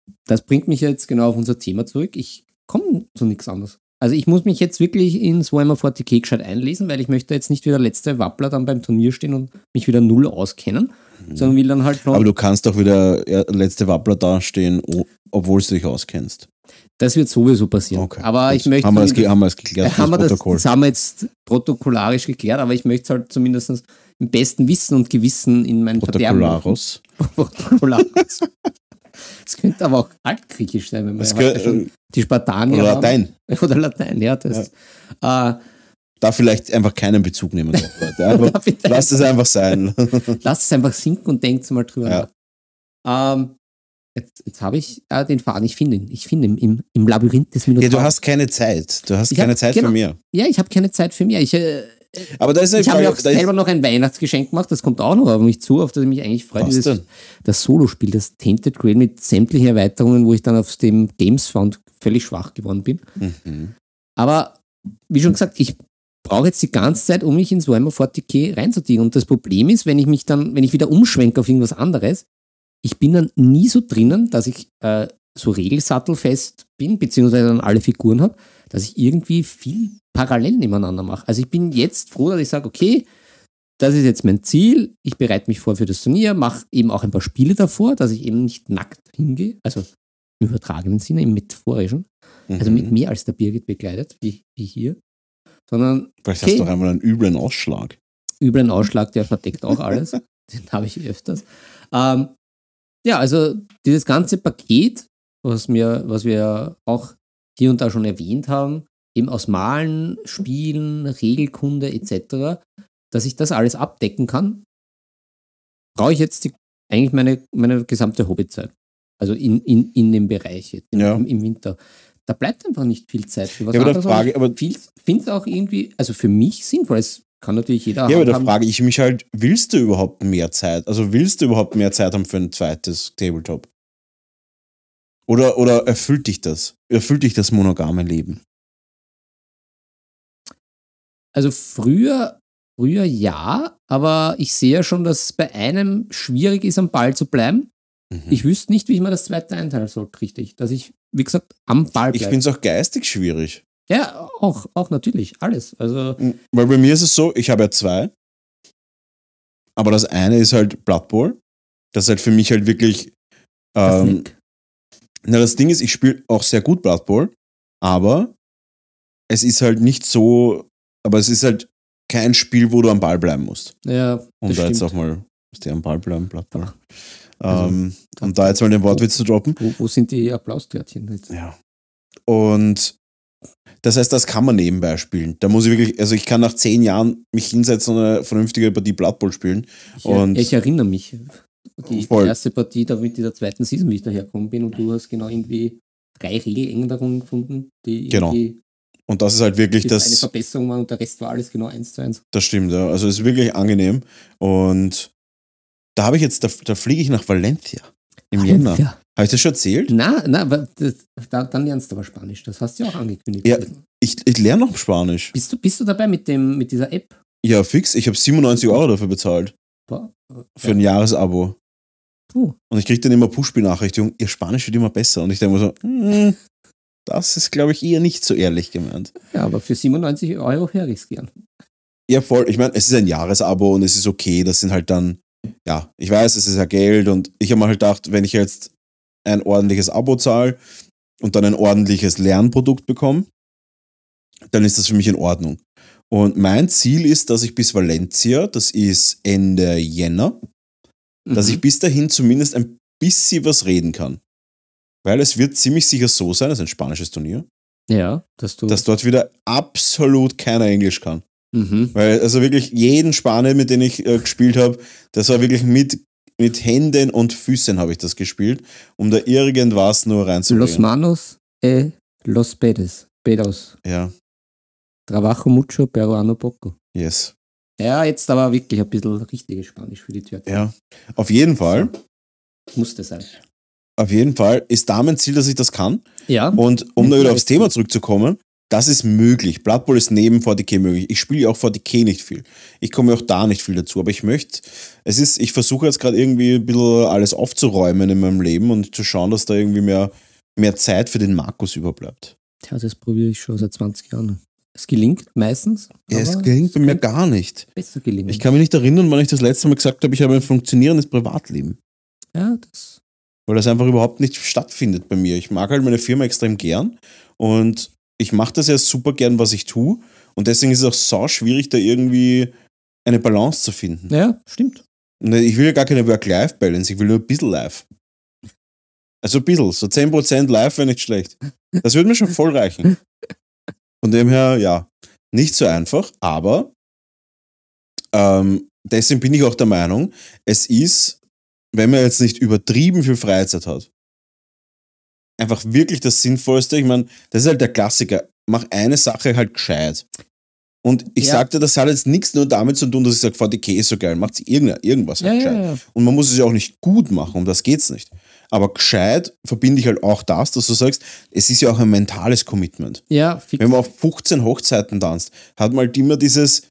das bringt mich jetzt genau auf unser Thema zurück. Ich komme zu nichts anderes. Also ich muss mich jetzt wirklich ins Warhammer 40k gescheit einlesen, weil ich möchte jetzt nicht wie der letzte Wappler dann beim Turnier stehen und mich wieder null auskennen, sondern will dann halt noch... Aber du kannst doch wieder letzte Wappler dastehen, obwohl du dich auskennst. Das wird sowieso passieren. Okay, aber gut. ich möchte... Haben wir das geklärt? Das haben wir jetzt protokollarisch geklärt, aber ich möchte es halt zumindest im besten Wissen und Gewissen in mein Verderben... Protokollaros. Es könnte aber auch altgriechisch sein, wenn man schon die Spartanier oder Latein. Oder Latein, ja. Das, da vielleicht einfach keinen Bezug nehmen. Lass es einfach sein. Lass es einfach sinken und denkt mal drüber nach. Jetzt habe ich den Faden. Ich finde ihn im Labyrinth des Minotaurs. Ja, du hast keine Zeit. Du hast keine Zeit für mehr. Ja, ich habe keine Zeit für mehr. Aber da ist ich habe mir auch selber noch ein Weihnachtsgeschenk gemacht, das kommt auch noch auf mich zu, auf das ich mich eigentlich freue. Das Solospiel, das Tainted Grail mit sämtlichen Erweiterungen, wo ich dann auf dem Games Found völlig schwach geworden bin. Mhm. Aber wie schon gesagt, ich brauche jetzt die ganze Zeit, um mich ins Warhammer 40k reinzutiegen. Und das Problem ist, wenn ich wieder umschwenke auf irgendwas anderes, ich bin dann nie so drinnen, dass ich so regelsattelfest bin, beziehungsweise dann alle Figuren habe, dass ich irgendwie viel parallel nebeneinander mache. Also ich bin jetzt froh, dass ich sage, okay, das ist jetzt mein Ziel, ich bereite mich vor für das Turnier, mache eben auch ein paar Spiele davor, dass ich eben nicht nackt hingehe, also im übertragenen Sinne, im metaphorischen, also mit mehr als der Birgit bekleidet, wie hier, sondern... Vielleicht hast du doch einmal einen üblen Ausschlag. Üblen Ausschlag, der verdeckt auch alles, den habe ich öfters. Also dieses ganze Paket, was wir auch hier und da schon erwähnt haben, eben aus Malen, Spielen, Regelkunde etc., dass ich das alles abdecken kann, brauche ich jetzt eigentlich meine gesamte Hobbyzeit. Also in dem Bereich jetzt, im Winter. Da bleibt einfach nicht viel Zeit für was anderes. Aber ich finde es auch irgendwie, also für mich sinnvoll. Es kann natürlich jeder haben. Ja, aber da frage ich mich halt, willst du überhaupt mehr Zeit? Also willst du überhaupt mehr Zeit haben für ein zweites Tabletop? Oder erfüllt dich das? Erfüllt dich das monogame Leben? Also früher ja, aber ich sehe ja schon, dass es bei einem schwierig ist, am Ball zu bleiben. Mhm. Ich wüsste nicht, wie ich mir das zweite einteilen sollte, richtig. Dass ich, wie gesagt, am Ball bleibe. Ich finde es auch geistig schwierig. Ja, auch natürlich, alles. Also, weil bei mir ist es so, ich habe ja 2, aber das eine ist halt Blood Bowl. Das ist halt für mich halt wirklich... das Ding ist, ich spiele auch sehr gut Blood Bowl, aber es ist halt nicht so... Aber es ist halt kein Spiel, wo du am Ball bleiben musst. Ja, um da jetzt auch mal am Ball bleiben, Blood Bowl. Um da jetzt mal den Wortwitz zu droppen. Wo sind die Applauskärtchen jetzt? Ja. Und das heißt, das kann man nebenbei spielen. Da muss ich wirklich, also ich kann nach 10 Jahren mich hinsetzen und eine vernünftige Partie Blood Bowl spielen. Ich erinnere mich. Die erste Partie da mit dieser zweiten Season, wie ich dahergekommen bin, und du hast genau irgendwie 3 Regeländerungen gefunden, die irgendwie... Und das ist halt wirklich das... eine Verbesserung war und der Rest war alles genau 1:1. Das stimmt, ja. Also es ist wirklich angenehm. Und da habe ich jetzt, da fliege ich nach Valencia im Jänner. Habe ich das schon erzählt? Nein, dann lernst du aber Spanisch. Das hast du ja auch angekündigt. Ja, ich lerne noch Spanisch. Bist du dabei mit dieser App? Ja, fix. Ich habe 97 € dafür bezahlt. Für ein Jahresabo. Und ich kriege dann immer Push-Benachrichtigung, ihr Spanisch wird immer besser. Und ich denke mir so, das ist, glaube ich, eher nicht so ehrlich gemeint. Ja, aber für 97 € höre ich es gern. Ja, voll. Ich meine, es ist ein Jahresabo und es ist okay. Das sind halt dann, ja, ich weiß, es ist ja Geld. Und ich habe mir halt gedacht, wenn ich jetzt ein ordentliches Abo zahle und dann ein ordentliches Lernprodukt bekomme, dann ist das für mich in Ordnung. Und mein Ziel ist, dass ich bis Valencia, das ist Ende Jänner, dass ich bis dahin zumindest ein bisschen was reden kann. Weil es wird ziemlich sicher so sein, das ist ein spanisches Turnier, dass dort wieder absolut keiner Englisch kann. Mhm. Weil also wirklich jeden Spanier, mit dem ich gespielt habe, das war wirklich mit Händen und Füßen habe ich das gespielt, um da irgendwas nur reinzubringen. Los manos los pedos. Ja. Trabajo mucho, pero ano poco. Yes. Ja, jetzt aber wirklich ein bisschen richtiges Spanisch für die Türken. Ja, auf jeden Fall. Musste sein. Auf jeden Fall ist da mein Ziel, dass ich das kann. Ja. Und um da wieder aufs Thema zurückzukommen, Das ist möglich. Blood Bowl ist neben 40k möglich. Ich spiele ja auch 40k nicht viel. Ich komme auch da nicht viel dazu. Aber ich versuche jetzt gerade irgendwie ein bisschen alles aufzuräumen in meinem Leben und zu schauen, dass da irgendwie mehr Zeit für den Markus überbleibt. Ja, das probiere ich schon seit 20 Jahren. Es gelingt meistens. Ja, es gelingt bei mir gar nicht. Besser gelingen. Ich kann mich nicht erinnern, wann ich das letzte Mal gesagt habe, ich habe ein funktionierendes Privatleben. Ja, weil das einfach überhaupt nicht stattfindet bei mir. Ich mag halt meine Firma extrem gern und ich mache das ja super gern, was ich tue. Und deswegen ist es auch sau schwierig, da irgendwie eine Balance zu finden. Ja, stimmt. Und ich will ja gar keine Work-Life-Balance, ich will nur ein bisschen live. Also ein bisschen, so 10% live wäre nicht schlecht. Das würde mir schon voll reichen. Von dem her, ja, nicht so einfach, aber deswegen bin ich auch der Meinung, es ist, wenn man jetzt nicht übertrieben viel Freizeit hat, einfach wirklich das Sinnvollste. Ich meine, das ist halt der Klassiker. Mach eine Sache halt gescheit. Und ich sagte, das hat jetzt nichts nur damit zu tun, dass ich sage, 40k ist so geil. Macht sie irgendwas halt gescheit. Ja. Und man muss es ja auch nicht gut machen, um das geht's nicht. Aber gescheit verbinde ich halt auch das, dass du sagst, es ist ja auch ein mentales Commitment. Ja, fix. Wenn man auf 15 Hochzeiten tanzt, hat man halt immer dieses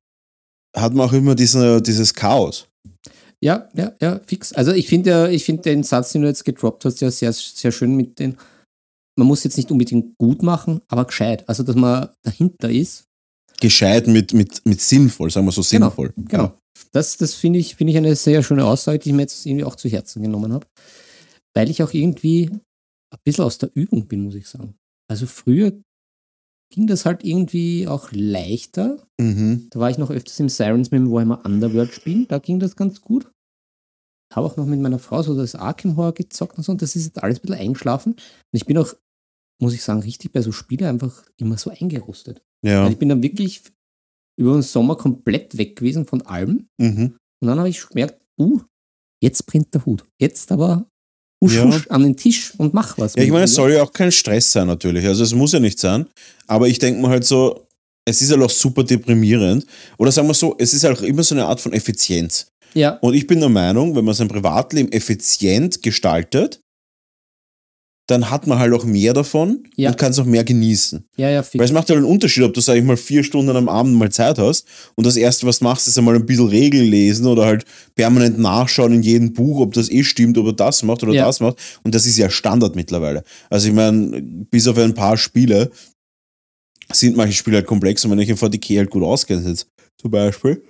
Chaos. Ja, fix. Also ich finde den Satz, den du jetzt gedroppt hast, ja sehr, sehr schön mit den, man muss jetzt nicht unbedingt gut machen, aber gescheit. Also dass man dahinter ist. Gescheit mit sinnvoll, sagen wir so sinnvoll. Genau. Ja. Das finde ich eine sehr schöne Aussage, die ich mir jetzt irgendwie auch zu Herzen genommen habe. Weil ich auch irgendwie ein bisschen aus der Übung bin, muss ich sagen. Also früher ging das halt irgendwie auch leichter. Mhm. Da war ich noch öfters im Sirens mit dem Warhammer Underworld spielen, da ging das ganz gut. Habe auch noch mit meiner Frau so das Arkham Horror gezockt und so, und das ist jetzt alles ein bisschen eingeschlafen. Und ich bin auch, muss ich sagen, richtig bei so Spielen einfach immer so eingerostet. Ja. Weil ich bin dann wirklich über den Sommer komplett weg gewesen von allem. Mhm. Und dann habe ich gemerkt, jetzt brennt der Hut. Jetzt aber husch an den Tisch und mach was. Ja, ich meine, es soll ja auch kein Stress sein natürlich. Also es muss ja nicht sein. Aber ich denke mir halt so, es ist halt auch super deprimierend. Oder sagen wir so, es ist halt auch immer so eine Art von Effizienz. Ja. Und ich bin der Meinung, wenn man sein Privatleben effizient gestaltet, dann hat man halt auch mehr davon und kann es auch mehr genießen. Ja, fix. Weil es macht halt einen Unterschied, ob du, sag ich mal, 4 Stunden am Abend mal Zeit hast und das Erste, was du machst, ist einmal ein bisschen Regeln lesen oder halt permanent nachschauen in jedem Buch, ob das stimmt, ob er das macht oder das macht. Und das ist ja Standard mittlerweile. Also ich meine, bis auf ein paar Spiele sind manche Spiele halt komplex und wenn ich in 40k halt gut auskenne jetzt zum Beispiel,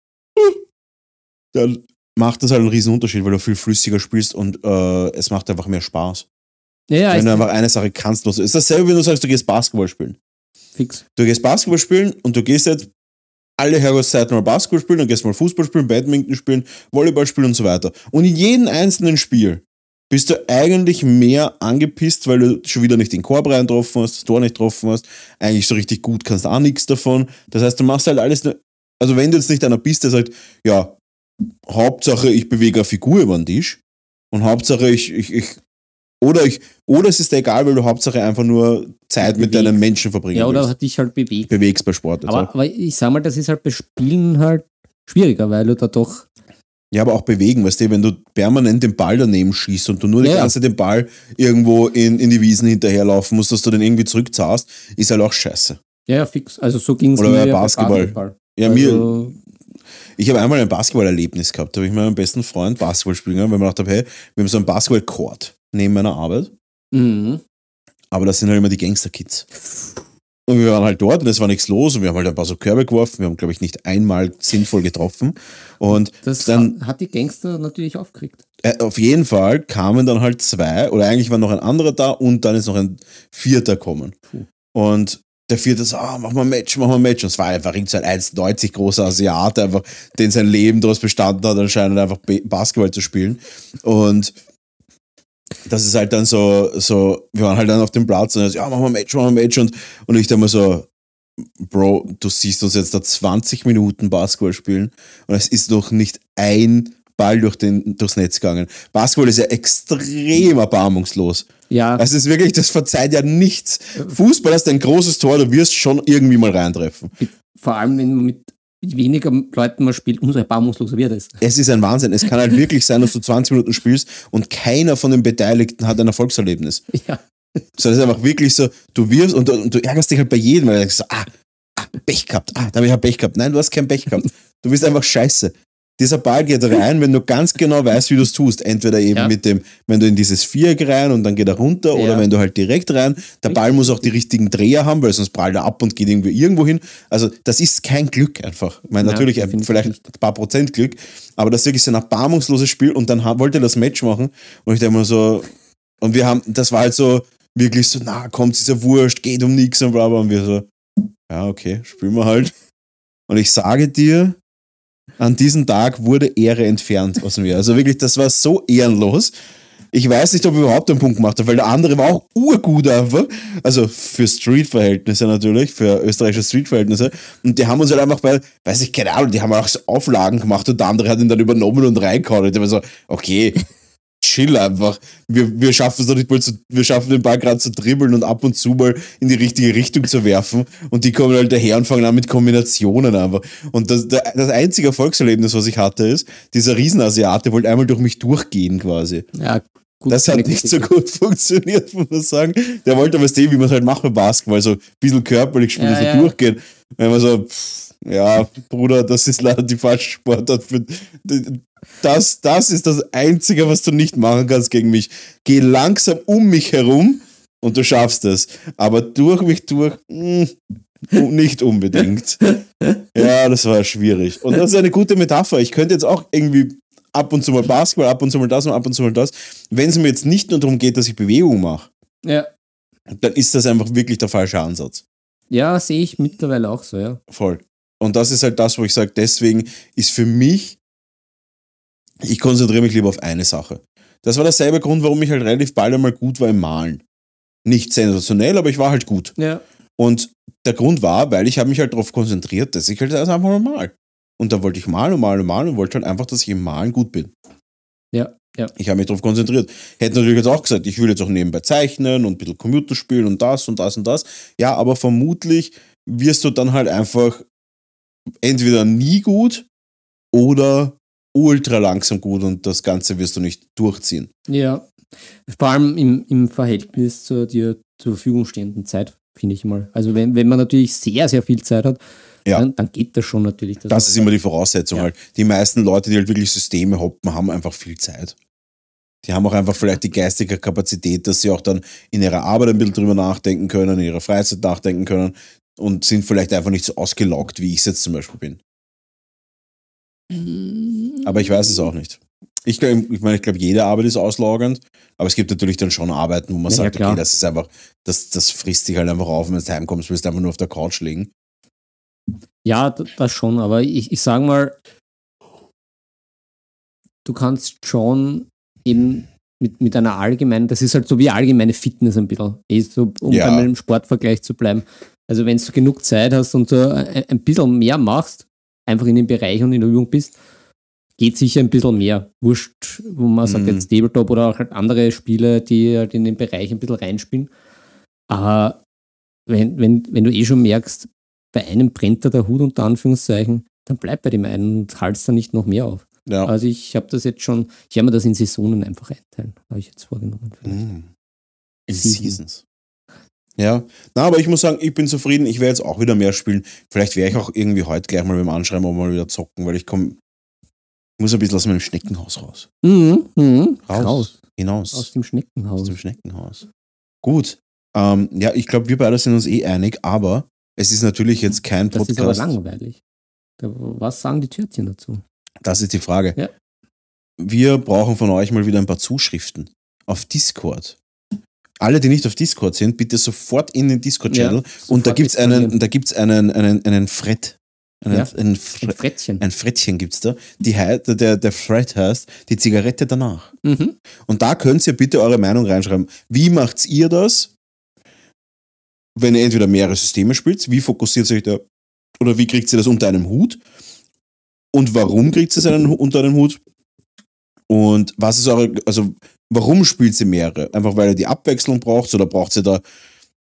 dann macht das halt einen riesen Unterschied, weil du viel flüssiger spielst und es macht einfach mehr Spaß. Ja, wenn du einfach eine Sache kannst. Es ist dasselbe, wenn du sagst, du gehst Basketball spielen. Fix. Du gehst Basketball spielen und du gehst jetzt alle Herrgottszeiten mal Basketball spielen, dann gehst mal Fußball spielen, Badminton spielen, Volleyball spielen und so weiter. Und in jedem einzelnen Spiel bist du eigentlich mehr angepisst, weil du schon wieder nicht den Korb reingetroffen hast, das Tor nicht getroffen hast, eigentlich so richtig gut kannst auch nichts davon. Das heißt, du machst halt alles nur, also wenn du jetzt nicht einer bist, der sagt, ja, Hauptsache ich bewege eine Figur über den Tisch und Hauptsache oder es ist dir egal, weil du Hauptsache einfach nur Zeit mit deinen Menschen verbringen willst. Ja, oder willst. dich halt bewegst bei Sport. Aber ich sag mal, das ist halt bei Spielen halt schwieriger, weil du da doch... Ja, aber auch bewegen, weißt du, wenn du permanent den Ball daneben schießt und du nur die ganze Zeit den Ball irgendwo in die Wiesen hinterherlaufen musst, dass du den irgendwie zurückzahlst, ist halt auch scheiße. Ja, fix. Also so ging es mir bei Basketball. Ja, also ich habe einmal ein Basketballerlebnis gehabt. Da habe ich mit meinem besten Freund Basketball spielen gegangen, weil wir gedacht haben, hey, wir haben so einen Basketball-Court neben meiner Arbeit. Mhm. Aber das sind halt immer die Gangster-Kids. Und wir waren halt dort und es war nichts los und wir haben halt ein paar so Körbe geworfen. Wir haben, glaube ich, nicht einmal sinnvoll getroffen. Und das dann hat die Gangster natürlich aufgekriegt. Auf jeden Fall kamen dann halt 2, oder eigentlich war noch ein anderer da und dann ist noch ein 4. gekommen. Und der 4. so, machen wir ein Match. Und es war einfach so ein 1,90 großer Asiate, einfach, den sein Leben daraus bestanden hat, anscheinend einfach Basketball zu spielen. Und das ist halt dann so, wir waren halt dann auf dem Platz und machen wir ein Match. Und ich dachte mir so, Bro, du siehst uns jetzt da 20 Minuten Basketball spielen und es ist noch nicht ein Ball durchs Netz gegangen. Basketball ist ja extrem erbarmungslos. Ja. Es ist wirklich, das verzeiht ja nichts. Fußball ist ein großes Tor, du wirst schon irgendwie mal reintreffen. Vor allem, wenn man mit weniger Leuten man spielt, umso erbarmungsloser wird es. Es ist ein Wahnsinn. Es kann halt wirklich sein, dass du 20 Minuten spielst und keiner von den Beteiligten hat ein Erfolgserlebnis. Ja. So, das ist einfach wirklich so, du wirfst und du ärgerst dich halt bei jedem, weil du denkst so, Pech gehabt, da habe ich ja Pech gehabt. Nein, du hast kein Pech gehabt. Du bist einfach scheiße. Dieser Ball geht rein, wenn du ganz genau weißt, wie du es tust. Entweder eben mit dem, wenn du in dieses Viereck rein und dann geht er runter, oder wenn du halt direkt rein. Der Ball muss auch die richtigen Dreher haben, weil sonst prallt er ab und geht irgendwie irgendwo hin. Also das ist kein Glück einfach. Ich meine, natürlich vielleicht ein paar Prozent Glück, aber das ist wirklich so ein erbarmungsloses Spiel und dann wollte er das Match machen und ich denke mal so, und das war halt so, wirklich so, kommt, ist ja wurscht, geht um nichts und bla bla, und wir so, ja, okay, spielen wir halt. Und ich sage dir, an diesem Tag wurde Ehre entfernt aus mir. Also wirklich, das war so ehrenlos. Ich weiß nicht, ob ich überhaupt einen Punkt gemacht habe, weil der andere war auch urgut einfach. Also für Street-Verhältnisse natürlich, für österreichische Street-Verhältnisse. Und die haben uns halt einfach keine Ahnung, die haben auch so Auflagen gemacht und der andere hat ihn dann übernommen und reingehauen. Und ich war so, okay, chill einfach. Wir schaffen es doch nicht mal wir schaffen den Ball gerade zu dribbeln und ab und zu mal in die richtige Richtung zu werfen. Und die kommen halt daher und fangen an mit Kombinationen einfach. Und das einzige Erfolgserlebnis, was ich hatte, ist, dieser Riesenasiate wollte einmal durch mich durchgehen quasi. Ja, gut. Das hat nicht so gut funktioniert, muss man sagen. Der wollte aber sehen, wie man es halt macht beim Basketball, so ein bisschen körperlich spielen, so durchgehen. Wenn man so, Bruder, das ist leider die falsche Sportart. Das ist das Einzige, was du nicht machen kannst gegen mich. Geh langsam um mich herum und du schaffst es. Aber durch mich nicht unbedingt. Ja, das war schwierig. Und das ist eine gute Metapher. Ich könnte jetzt auch irgendwie ab und zu mal Basketball, ab und zu mal das und ab und zu mal das. Wenn es mir jetzt nicht nur darum geht, dass ich Bewegung mache, dann ist das einfach wirklich der falsche Ansatz. Ja, sehe ich mittlerweile auch so, ja. Voll. Und das ist halt das, wo ich sage, deswegen ist für mich, ich konzentriere mich lieber auf eine Sache. Das war derselbe Grund, warum ich halt relativ bald einmal gut war im Malen. Nicht sensationell, aber ich war halt gut. Ja. Und der Grund war, weil ich habe mich halt darauf konzentriert, dass ich halt einfach mal mal. Und da wollte ich malen und wollte halt einfach, dass ich im Malen gut bin. Ja. Ich habe mich darauf konzentriert. Hätte natürlich jetzt auch gesagt, ich will jetzt auch nebenbei zeichnen und ein bisschen Computer spielen und das und das und das. Ja, aber vermutlich wirst du dann halt einfach entweder nie gut oder ultra langsam gut und das Ganze wirst du nicht durchziehen. Ja, vor allem im Verhältnis zur dir zur Verfügung stehenden Zeit, finde ich mal. Also wenn man natürlich sehr, sehr viel Zeit hat, dann geht das schon natürlich. Das ist immer die Voraussetzung halt. Die meisten Leute, die halt wirklich Systeme hoppen, haben einfach viel Zeit. Die haben auch einfach vielleicht die geistige Kapazität, dass sie auch dann in ihrer Arbeit ein bisschen drüber nachdenken können, in ihrer Freizeit nachdenken können und sind vielleicht einfach nicht so ausgelaugt, wie ich es jetzt zum Beispiel bin. Aber ich weiß es auch nicht. Ich glaube, jede Arbeit ist auslaugend, aber es gibt natürlich dann schon Arbeiten, wo man sagt, okay, das ist einfach, das frisst dich halt einfach auf, wenn du heimkommst, willst du einfach nur auf der Couch liegen. Ja, das schon, aber ich sage mal, du kannst schon eben mit einer allgemeinen, das ist halt so wie allgemeine Fitness ein bisschen, so, um bei meinem Sportvergleich zu bleiben. Also wenn du genug Zeit hast und so ein bisschen mehr machst, einfach in dem Bereich und in der Übung bist, geht sicher ein bisschen mehr. Wurscht, wo man sagt, jetzt Tabletop oder auch halt andere Spiele, die halt in den Bereich ein bisschen reinspielen. Aber wenn du schon merkst, bei einem brennt da der Hut unter Anführungszeichen, dann bleib bei dem einen und halt's da nicht noch mehr auf. Ja. Also ich habe das jetzt schon, ich werde mir das in Saisonen einfach einteilen, habe ich jetzt vorgenommen. In Seasons. Ja, aber ich muss sagen, ich bin zufrieden, ich werde jetzt auch wieder mehr spielen. Vielleicht werde ich auch irgendwie heute gleich mal beim Anschreiben auch mal wieder zocken, weil ich muss ein bisschen aus meinem Schneckenhaus raus. Raus. Hinaus. Aus dem Schneckenhaus. Aus dem Schneckenhaus. Gut. Ich glaube, wir beide sind uns einig, aber es ist natürlich jetzt kein Podcast. Das ist aber langweilig. Was sagen die Törtchen dazu? Das ist die Frage. Ja. Wir brauchen von euch mal wieder ein paar Zuschriften auf Discord. Alle, die nicht auf Discord sind, bitte sofort in den Discord-Channel. Und da gibt es einen Fred. Ein Frettchen. Ein Frettchen gibt es da. Der Fred heißt die Zigarette danach. Und da könnt ihr bitte eure Meinung reinschreiben. Wie macht ihr das, wenn ihr entweder mehrere Systeme spielt? Wie fokussiert ihr euch da? Oder wie kriegt ihr das unter einem Hut? Und warum kriegt ihr es unter einem Hut? Und was ist warum spielt ihr mehrere? Einfach weil ihr die Abwechslung braucht oder braucht ihr da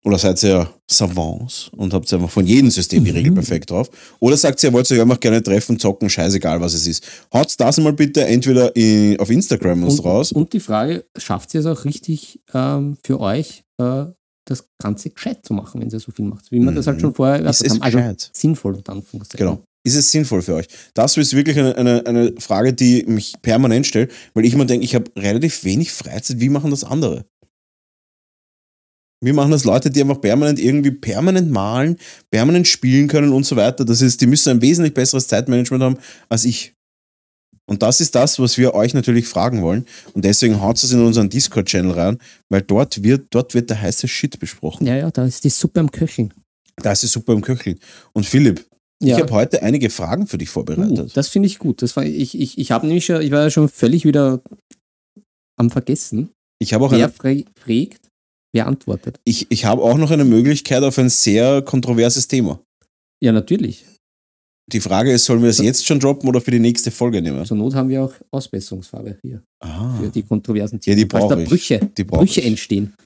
Oder seid ihr Savants und habt einfach von jedem System die Regel perfekt drauf? Oder sagt ihr, wollt ihr euch einfach gerne treffen, zocken, scheißegal was es ist? Haut das mal bitte entweder auf Instagram uns raus. Und die Frage, schafft ihr es auch richtig für euch, das Ganze gescheit zu machen, wenn ihr so viel macht? Wie man das halt schon vorher ist es also sinnvoll und Anführungszeichen. Genau. Ist es sinnvoll für euch? Das ist wirklich eine Frage, die mich permanent stellt, weil ich immer denke, ich habe relativ wenig Freizeit. Wie machen das andere? Wie machen das Leute, die einfach permanent malen, permanent spielen können und so weiter. Das ist, die müssen ein wesentlich besseres Zeitmanagement haben als ich. Und das ist das, was wir euch natürlich fragen wollen. Und deswegen haut es in unseren Discord-Channel rein, weil dort wird der heiße Shit besprochen. Ja, da ist die Suppe am Köcheln. Da ist die Suppe am Köcheln. Und Philipp, ich habe heute einige Fragen für dich vorbereitet. Das finde ich gut. Das war, ich war ja schon völlig wieder am Vergessen. Ich habe auch wer fragt, wer antwortet. Ich habe auch noch eine Möglichkeit auf ein sehr kontroverses Thema. Ja, natürlich. Die Frage ist, sollen wir das jetzt schon droppen oder für die nächste Folge nehmen? Zur Not haben wir auch Ausbesserungsfarbe hier. Für die kontroversen Themen. Ja, die brauche ich. Brüche entstehen.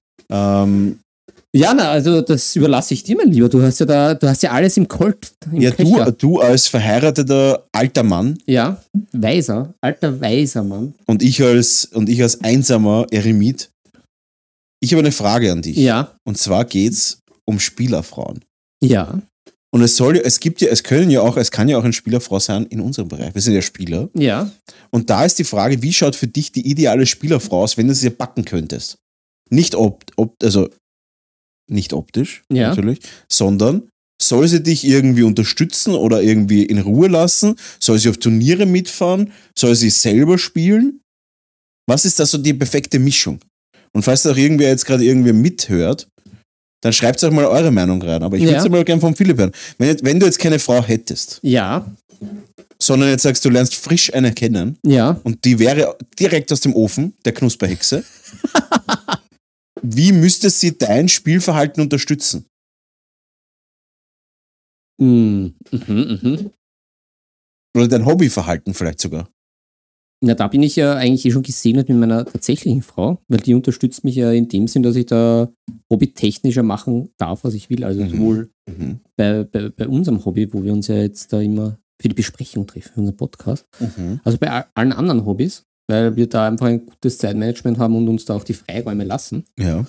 Also das überlasse ich dir, mein Lieber. Du hast ja alles im Colt. Du als verheirateter alter Mann. Ja, alter weiser Mann. Und ich als einsamer Eremit. Ich habe eine Frage an dich. Ja. Und zwar geht es um Spielerfrauen. Ja. Und es kann ja auch eine Spielerfrau sein in unserem Bereich. Wir sind ja Spieler. Ja. Und da ist die Frage, wie schaut für dich die ideale Spielerfrau aus, wenn du sie backen könntest? Nicht nicht optisch, natürlich, sondern soll sie dich irgendwie unterstützen oder irgendwie in Ruhe lassen? Soll sie auf Turniere mitfahren? Soll sie selber spielen? Was ist da so die perfekte Mischung? Und falls da auch irgendwer jetzt gerade mithört, dann schreibt auch mal eure Meinung rein. Aber ich würde es mal gerne vom Philipp hören. Wenn du jetzt keine Frau hättest, sondern jetzt sagst, du lernst frisch eine kennen, und die wäre direkt aus dem Ofen, der Knusperhexe, wie müsste sie dein Spielverhalten unterstützen? Oder dein Hobbyverhalten vielleicht sogar? Ja, da bin ich ja eigentlich schon gesegnet mit meiner tatsächlichen Frau, weil die unterstützt mich ja in dem Sinn, dass ich da hobbytechnischer machen darf, was ich will. Also sowohl bei unserem Hobby, wo wir uns ja jetzt da immer für die Besprechung treffen, für unseren Podcast, also bei allen anderen Hobbys, weil wir da einfach ein gutes Zeitmanagement haben und uns da auch die Freiräume lassen. Ja.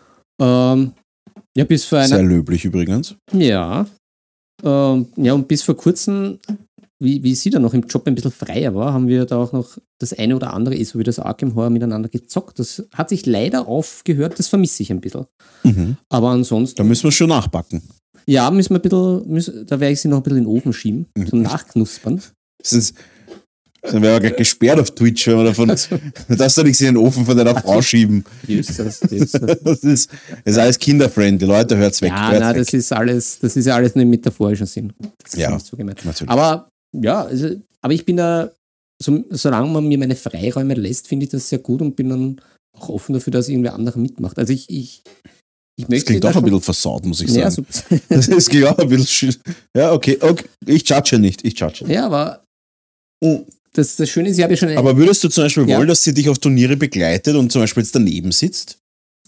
Bis vor einer... Sehr löblich übrigens. Ja. Und bis vor kurzem, wie sie dann noch im Job ein bisschen freier war, haben wir da auch noch das eine oder andere, so wie das Arkham Horror, miteinander gezockt. Das hat sich leider aufgehört, das vermisse ich ein bisschen. Aber ansonsten... Da müssen wir schon nachbacken. Ja, da werde ich sie noch ein bisschen in den Ofen schieben, zum Nachknuspern. Dann wäre gleich gesperrt auf Twitch, wenn man davon. Du darfst doch nichts in den Ofen von deiner Frau schieben. Das ist alles kinderfriendly, Leute, hört's weg. Das ist ja alles nur im metaphorischen Sinn. Das ist nicht so gemeint. Natürlich. Aber ich bin da, solange man mir meine Freiräume lässt, finde ich das sehr gut und bin dann auch offen dafür, dass irgendwer andere mitmacht. Also ich möchte. Das klingt auch ein bisschen versaut, muss ich sagen. Das ist ja ein bisschen. Ja, okay. Ich judge nicht. Ja, aber. Das Schöne ist, ich habe ja schon... Aber würdest du zum Beispiel wollen, dass sie dich auf Turniere begleitet und zum Beispiel jetzt daneben sitzt?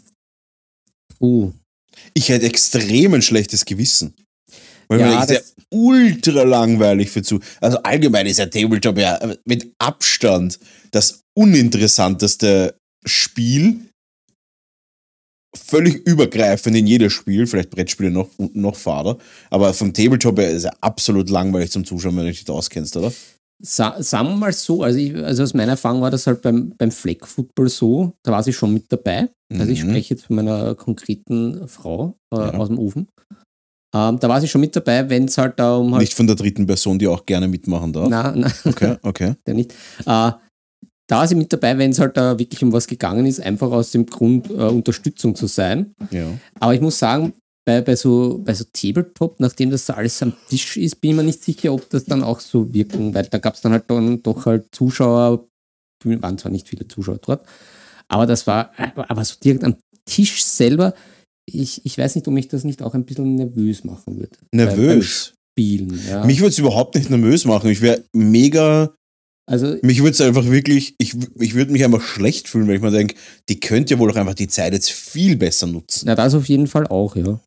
Ich hätte extrem ein schlechtes Gewissen. Weil mir das ist ja ultra langweilig für zu... Also allgemein ist ja Tabletop ja mit Abstand das uninteressanteste Spiel. Völlig übergreifend in jedes Spiel. Vielleicht Brettspiele noch fader. Aber vom Tabletop her ist ja absolut langweilig zum Zuschauen, wenn du dich da auskennst, oder? Sagen wir mal so, also aus meiner Erfahrung war das halt beim Flag Football so, da war sie schon mit dabei. Also ich spreche jetzt von meiner konkreten Frau aus dem Ofen. Da war sie schon mit dabei, wenn es halt da um... Nicht von der dritten Person, die auch gerne mitmachen darf? Nein. Okay. Der nicht. Da war sie mit dabei, wenn es halt da wirklich um was gegangen ist, einfach aus dem Grund, Unterstützung zu sein. Ja. Aber ich muss sagen, bei so Tabletop, nachdem das da alles am Tisch ist, bin ich mir nicht sicher, ob das dann auch so wirken, weil da gab es dann halt doch halt Zuschauer, waren zwar nicht viele Zuschauer dort, aber das war aber so direkt am Tisch selber, ich weiß nicht, ob mich das nicht auch ein bisschen nervös machen würde. Nervös? Beim Spielen, ja. Mich würde es überhaupt nicht nervös machen. Ich wäre mega Also, mich würde es einfach wirklich, ich würde mich einfach schlecht fühlen, weil ich mir denke, die könnt ja wohl auch einfach die Zeit jetzt viel besser nutzen. na, das auf jeden Fall auch, ja.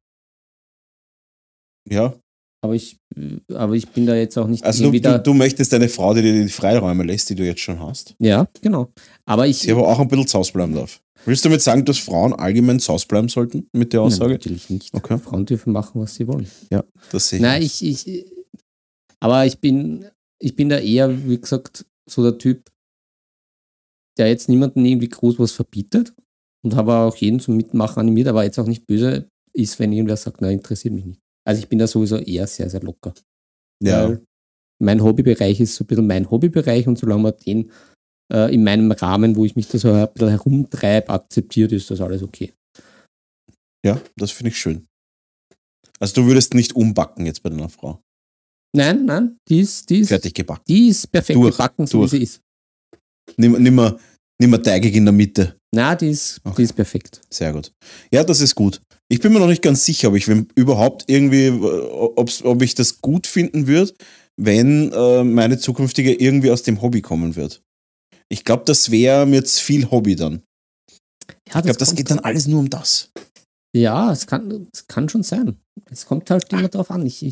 Ja. Aber ich bin da jetzt auch nicht Also du möchtest eine Frau, die dir die Freiräume lässt, die du jetzt schon hast. Ja, genau. Aber Die aber auch ein bisschen zu Hause bleiben darf. Willst du damit sagen, dass Frauen allgemein zu Hause bleiben sollten mit der Aussage? Nein, natürlich nicht. Okay. Frauen dürfen machen, was sie wollen. Ja, das sehe ich. Nein, aber ich bin da eher, wie gesagt, so der Typ, der jetzt niemanden irgendwie groß was verbietet und habe auch jeden zum Mitmachen animiert, aber jetzt auch nicht böse ist, wenn irgendwer sagt, nein, interessiert mich nicht. Also ich bin da sowieso eher sehr, sehr locker. Ja. Weil mein Hobbybereich ist so ein bisschen mein Hobbybereich und solange man den in meinem Rahmen, wo ich mich da so ein bisschen herumtreibe, akzeptiert, ist das alles okay. Ja, das finde ich schön. Also du würdest nicht umbacken jetzt bei deiner Frau. Nein, die ist Fertig gebacken. Die ist perfekt gebacken, so wie sie ist. Nimmer teigig in der Mitte. Na, die ist perfekt. Sehr gut. Ja, das ist gut. Ich bin mir noch nicht ganz sicher, ob ich überhaupt irgendwie, ob ich das gut finden würde, wenn meine zukünftige irgendwie aus dem Hobby kommen wird. Ich glaube, das wäre mir zu viel Hobby dann. Ja, ich glaube, das geht dann alles nur um das. Ja, es kann schon sein. Es kommt halt immer drauf an. Ich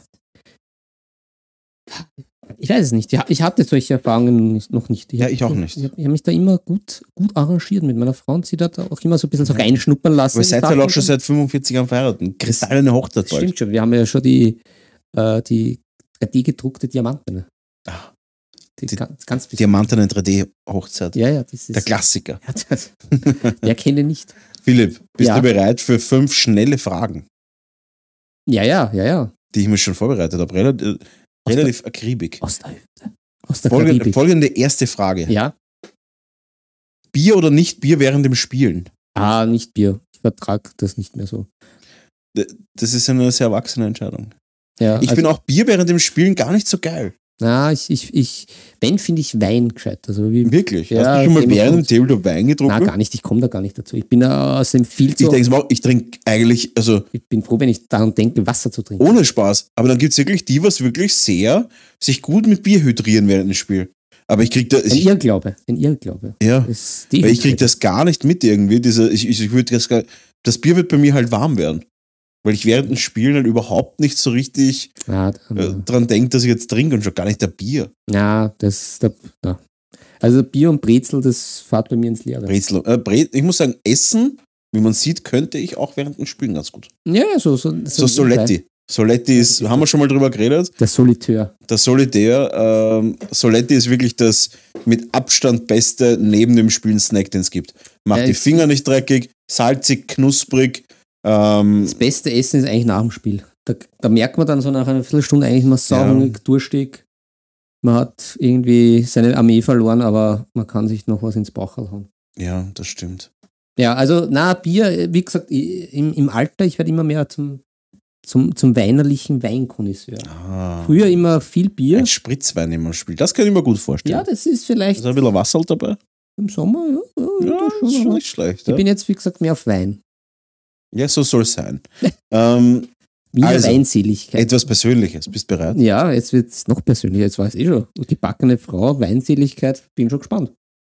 weiß es nicht. Ich hatte solche Erfahrungen noch nicht. Ich auch nicht. Ich habe mich da immer gut arrangiert mit meiner Frau und sie da auch immer so ein bisschen so reinschnuppern lassen. Aber ihr seid ja auch schon seit 45 Jahren verheiratet. Kristallene Hochzeit bald. Stimmt schon. Wir haben ja schon die 3D-gedruckte Diamanten. Ganz Diamanten in 3D-Hochzeit. Ja, das ist der Klassiker. Ja, wer kennt ihn nicht? Philipp, bist du bereit für 5 schnelle Fragen? Ja. Die ich mir schon vorbereitet habe. Relativ akribig. Aus der Karibik. Folgende erste Frage. Ja. Bier oder nicht Bier während dem Spielen? Nicht Bier. Ich vertrage das nicht mehr so. Das ist eine sehr erwachsene Entscheidung. Ja, ich bin auch Bier während dem Spielen gar nicht so geil. Na, wenn, finde ich Wein gescheit. Also wirklich? Ja, hast du schon mal während dem Tabletop Wein getrunken? Nein, gar nicht. Ich komme da gar nicht dazu. Ich bin aus dem viel zu... Ich trinke eigentlich, also... Ich bin froh, wenn ich daran denke, Wasser zu trinken. Ohne Spaß. Aber dann gibt es wirklich die, was wirklich sehr sich gut mit Bier hydrieren während dem Spiel. Aber ich krieg da... Ein Irrglaube. Ja, weil ich krieg das gar nicht mit irgendwie. Das Bier wird bei mir halt warm werden. Weil ich während dem Spielen halt überhaupt nicht so richtig dran denke, dass ich jetzt trinke und schon gar nicht der Bier. Ja, Also Bier und Brezel, das fährt bei mir ins Leere. Ich muss sagen, Essen, wie man sieht, könnte ich auch während dem Spielen ganz gut. Ja, so Soletti. Soletti ist, haben wir schon mal drüber geredet? Der Solitär. Soletti ist wirklich das mit Abstand beste neben dem Spielen Snack, den es gibt. Macht die Finger nicht dreckig, salzig, knusprig. Das beste Essen ist eigentlich nach dem Spiel. Da merkt man dann so nach einer Viertelstunde eigentlich mal sauhungrig, durstig. Man hat irgendwie seine Armee verloren, aber man kann sich noch was ins Bauch hauen. Ja, das stimmt. Ja, also Bier, wie gesagt, im Alter, ich werde immer mehr zum weinerlichen Weinkonnoisseur. Früher immer viel Bier. Ein Spritzwein immer spielt. Das kann ich mir gut vorstellen. Ja, das ist vielleicht... Ist ein bisschen Wasser dabei? Im Sommer, ja. Das ist schon nicht schlecht. Ich bin jetzt, wie gesagt, mehr auf Wein. Ja, so soll es sein. Wiener Weinseligkeit. Etwas Persönliches. Bist du bereit? Ja, jetzt wird es noch persönlicher. Jetzt weiß ich schon. Gebackene Frau, Weinseligkeit. Bin schon gespannt.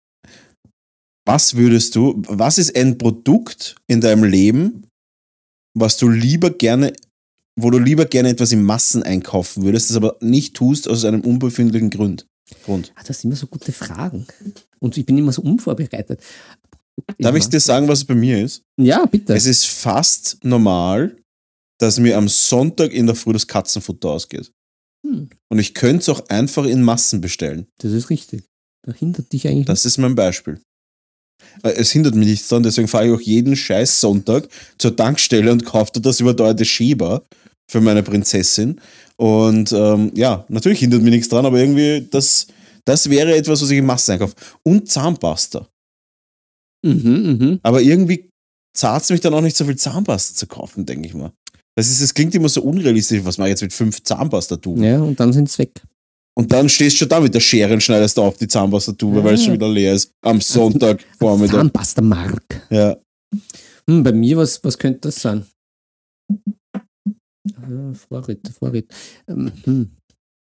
Was ist ein Produkt in deinem Leben, wo du lieber gerne etwas in Massen einkaufen würdest, das aber nicht tust aus einem unbefindlichen Grund? Das sind immer so gute Fragen. Und ich bin immer so unvorbereitet. Darf ich dir sagen, was es bei mir ist? Ja, bitte. Es ist fast normal, dass mir am Sonntag in der Früh das Katzenfutter ausgeht. Und ich könnte es auch einfach in Massen bestellen. Das ist richtig. Da hindert dich eigentlich. Das ist mein Beispiel. Es hindert mich nichts dran, deswegen fahre ich auch jeden scheiß Sonntag zur Tankstelle und kaufe das überteuerte Schieber für meine Prinzessin. Und natürlich hindert mich nichts dran, aber irgendwie, das wäre etwas, was ich in Massen einkaufe. Und Zahnpasta. Aber irgendwie zahlt es mich dann auch nicht so viel Zahnpasta zu kaufen, denke ich mal. Es klingt immer so unrealistisch, was man jetzt mit 5 Zahnpastatuben. Ja, und dann sind es weg. Und dann stehst du schon da mit der Schere und schneidest auf die Zahnpastatube, weil es schon wieder leer ist. Am Sonntag Vormittag. Zahnpastamark. Ja. Bei mir, was könnte das sein? Vorräte.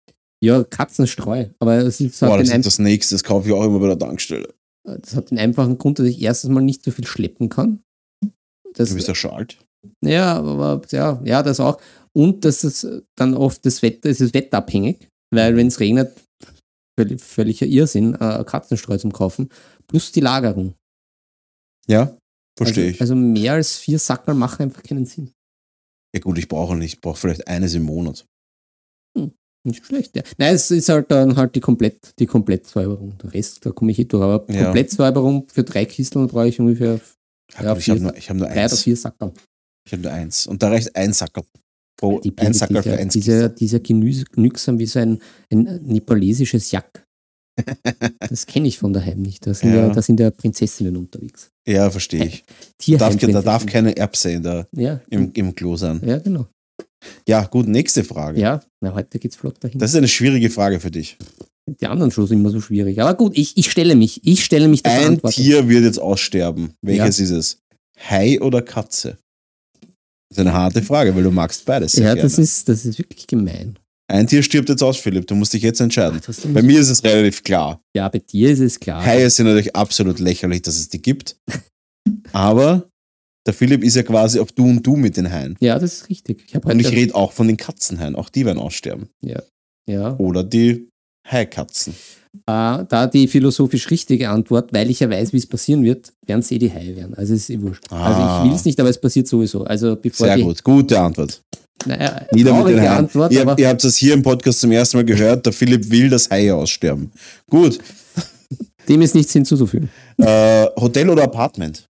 Ja, Katzenstreu. Aber es ist Boah, das ist das Nächste. Das kaufe ich auch immer bei der Tankstelle. Das hat den einfachen Grund, dass ich erstens mal nicht so viel schleppen kann. Du bist ja schon alt. Ja, aber ja, das auch. Und dass es dann oft es ist wetterabhängig, weil wenn es regnet, völliger Irrsinn, Katzenstreu zum Kaufen, plus die Lagerung. Ja, verstehe ich. Also mehr als 4 Sackerl machen einfach keinen Sinn. Ja gut, ich brauche nicht. Ich brauche vielleicht eines im Monat. Nicht schlecht, ja. Nein, es ist halt dann halt die Komplettsäuberung. Der Rest, da komme ich durch. Aber Komplettsäuberung für 3 Kisteln brauche ich ungefähr ich habe nur 3 oder 4 Sackerl. Ich habe nur 1. Und da reicht ein Sackerl. Ein Sackerl für 1 Kistel. Dieser genügsam wie so ein nepalesisches Jack. Das kenne ich von daheim nicht. Da sind ja Prinzessinnen unterwegs. Ja, verstehe ich. Da darf keine Erbse im Klo sein. Ja, genau. Ja, gut, nächste Frage. Ja, heute geht's flott dahin. Das ist eine schwierige Frage für dich. Die anderen schon sind immer so schwierig. Aber gut, ich stelle mich der Ein Tier wird jetzt aussterben. Welches ist es? Hai oder Katze? Das ist eine harte Frage, weil du magst beides sehr gerne. Das ist wirklich gemein. Ein Tier stirbt jetzt aus, Philipp. Du musst dich jetzt entscheiden. Bei mir ist es relativ klar. Ja, bei dir ist es klar. Haie sind natürlich absolut lächerlich, dass es die gibt. Aber der Philipp ist ja quasi auf Du und Du mit den Haien. Ja, das ist richtig. Und ich rede auch von den Katzenhaien. Auch die werden aussterben. Ja. Oder die Haikatzen. Da die philosophisch richtige Antwort, weil ich ja weiß, wie es passieren wird, werden es die Haie werden. Also es ist wurscht. Also ich will es nicht, aber es passiert sowieso. Also bevor sehr gut, gute Antwort. Naja, Nieder mit den Haien. Ihr habt es hier im Podcast zum ersten Mal gehört, der Philipp will, dass Haie aussterben. Gut. Dem ist nichts hinzuzufügen. Hotel oder Apartment?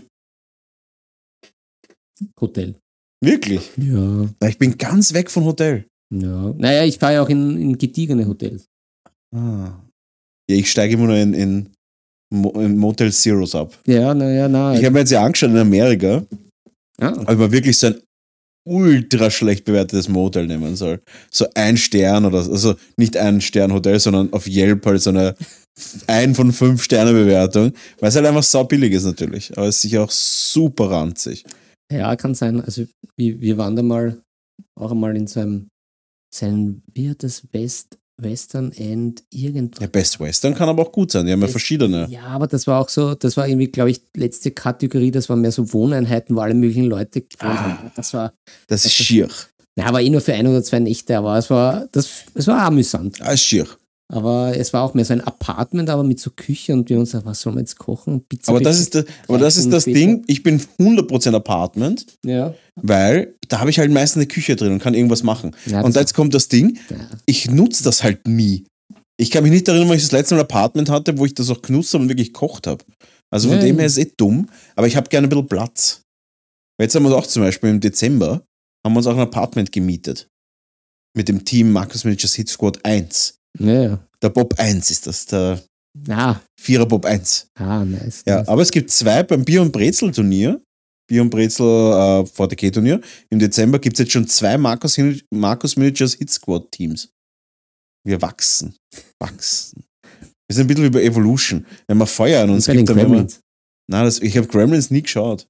Hotel. Wirklich? Ja. Ich bin ganz weg von Hotel. Ja. Naja, ich fahre ja auch in gediegene Hotels. Ja, ich steige immer nur in Motel Zeros ab. Ja, naja. Ich habe mir jetzt ja angeschaut in Amerika, weil man wirklich so ein ultra schlecht bewertetes Motel nehmen soll. So 1 Stern oder also nicht 1 Stern Hotel, sondern auf Yelp halt so eine 1 von 5 Sterne Bewertung, weil es halt einfach sau billig ist natürlich, aber es ist sicher auch super ranzig. Ja, kann sein. Also wir waren da auch einmal in so einem wie hat das Western End irgendwas. Ja, Best Western kann aber auch gut sein, die haben ja verschiedene. Ja, aber das war auch so, das war irgendwie, glaube ich, letzte Kategorie, das waren mehr so Wohneinheiten, wo alle möglichen Leute gewohnt haben. Das ist schier. Na, aber nur für 1 oder 2 Nächte, aber es war amüsant. Ist schier. Aber es war auch mehr so ein Apartment, aber mit so Küche und wir uns gesagt, was sollen wir jetzt kochen? Pizza. Aber das ist das Ding, ich bin 100% Apartment, weil da habe ich halt meistens eine Küche drin und kann irgendwas machen. Ja, und jetzt kommt das Ding, ich nutze das halt nie. Ich kann mich nicht erinnern, weil ich das letzte Mal ein Apartment hatte, wo ich das auch genutzt habe und wirklich gekocht habe. Also von dem her ist es dumm, aber ich habe gerne ein bisschen Platz. Jetzt haben wir auch zum Beispiel im Dezember, haben wir uns auch ein Apartment gemietet. Mit dem Team Markus Managers Hit Squad 1. Ja. Der Bob 1 ist das, der 4er Bob 1. Nice. Ja, aber es gibt 2 beim Bier- und Brezel-Turnier. Bier- und Brezel VTK-Turnier. Im Dezember gibt es jetzt schon 2 Markus Managers Hit Squad Teams. Wir wachsen. Wir sind ein bisschen wie bei Evolution. Wenn man Feuer an uns gibt, dann Gremlins. Ich habe Gremlins nie geschaut.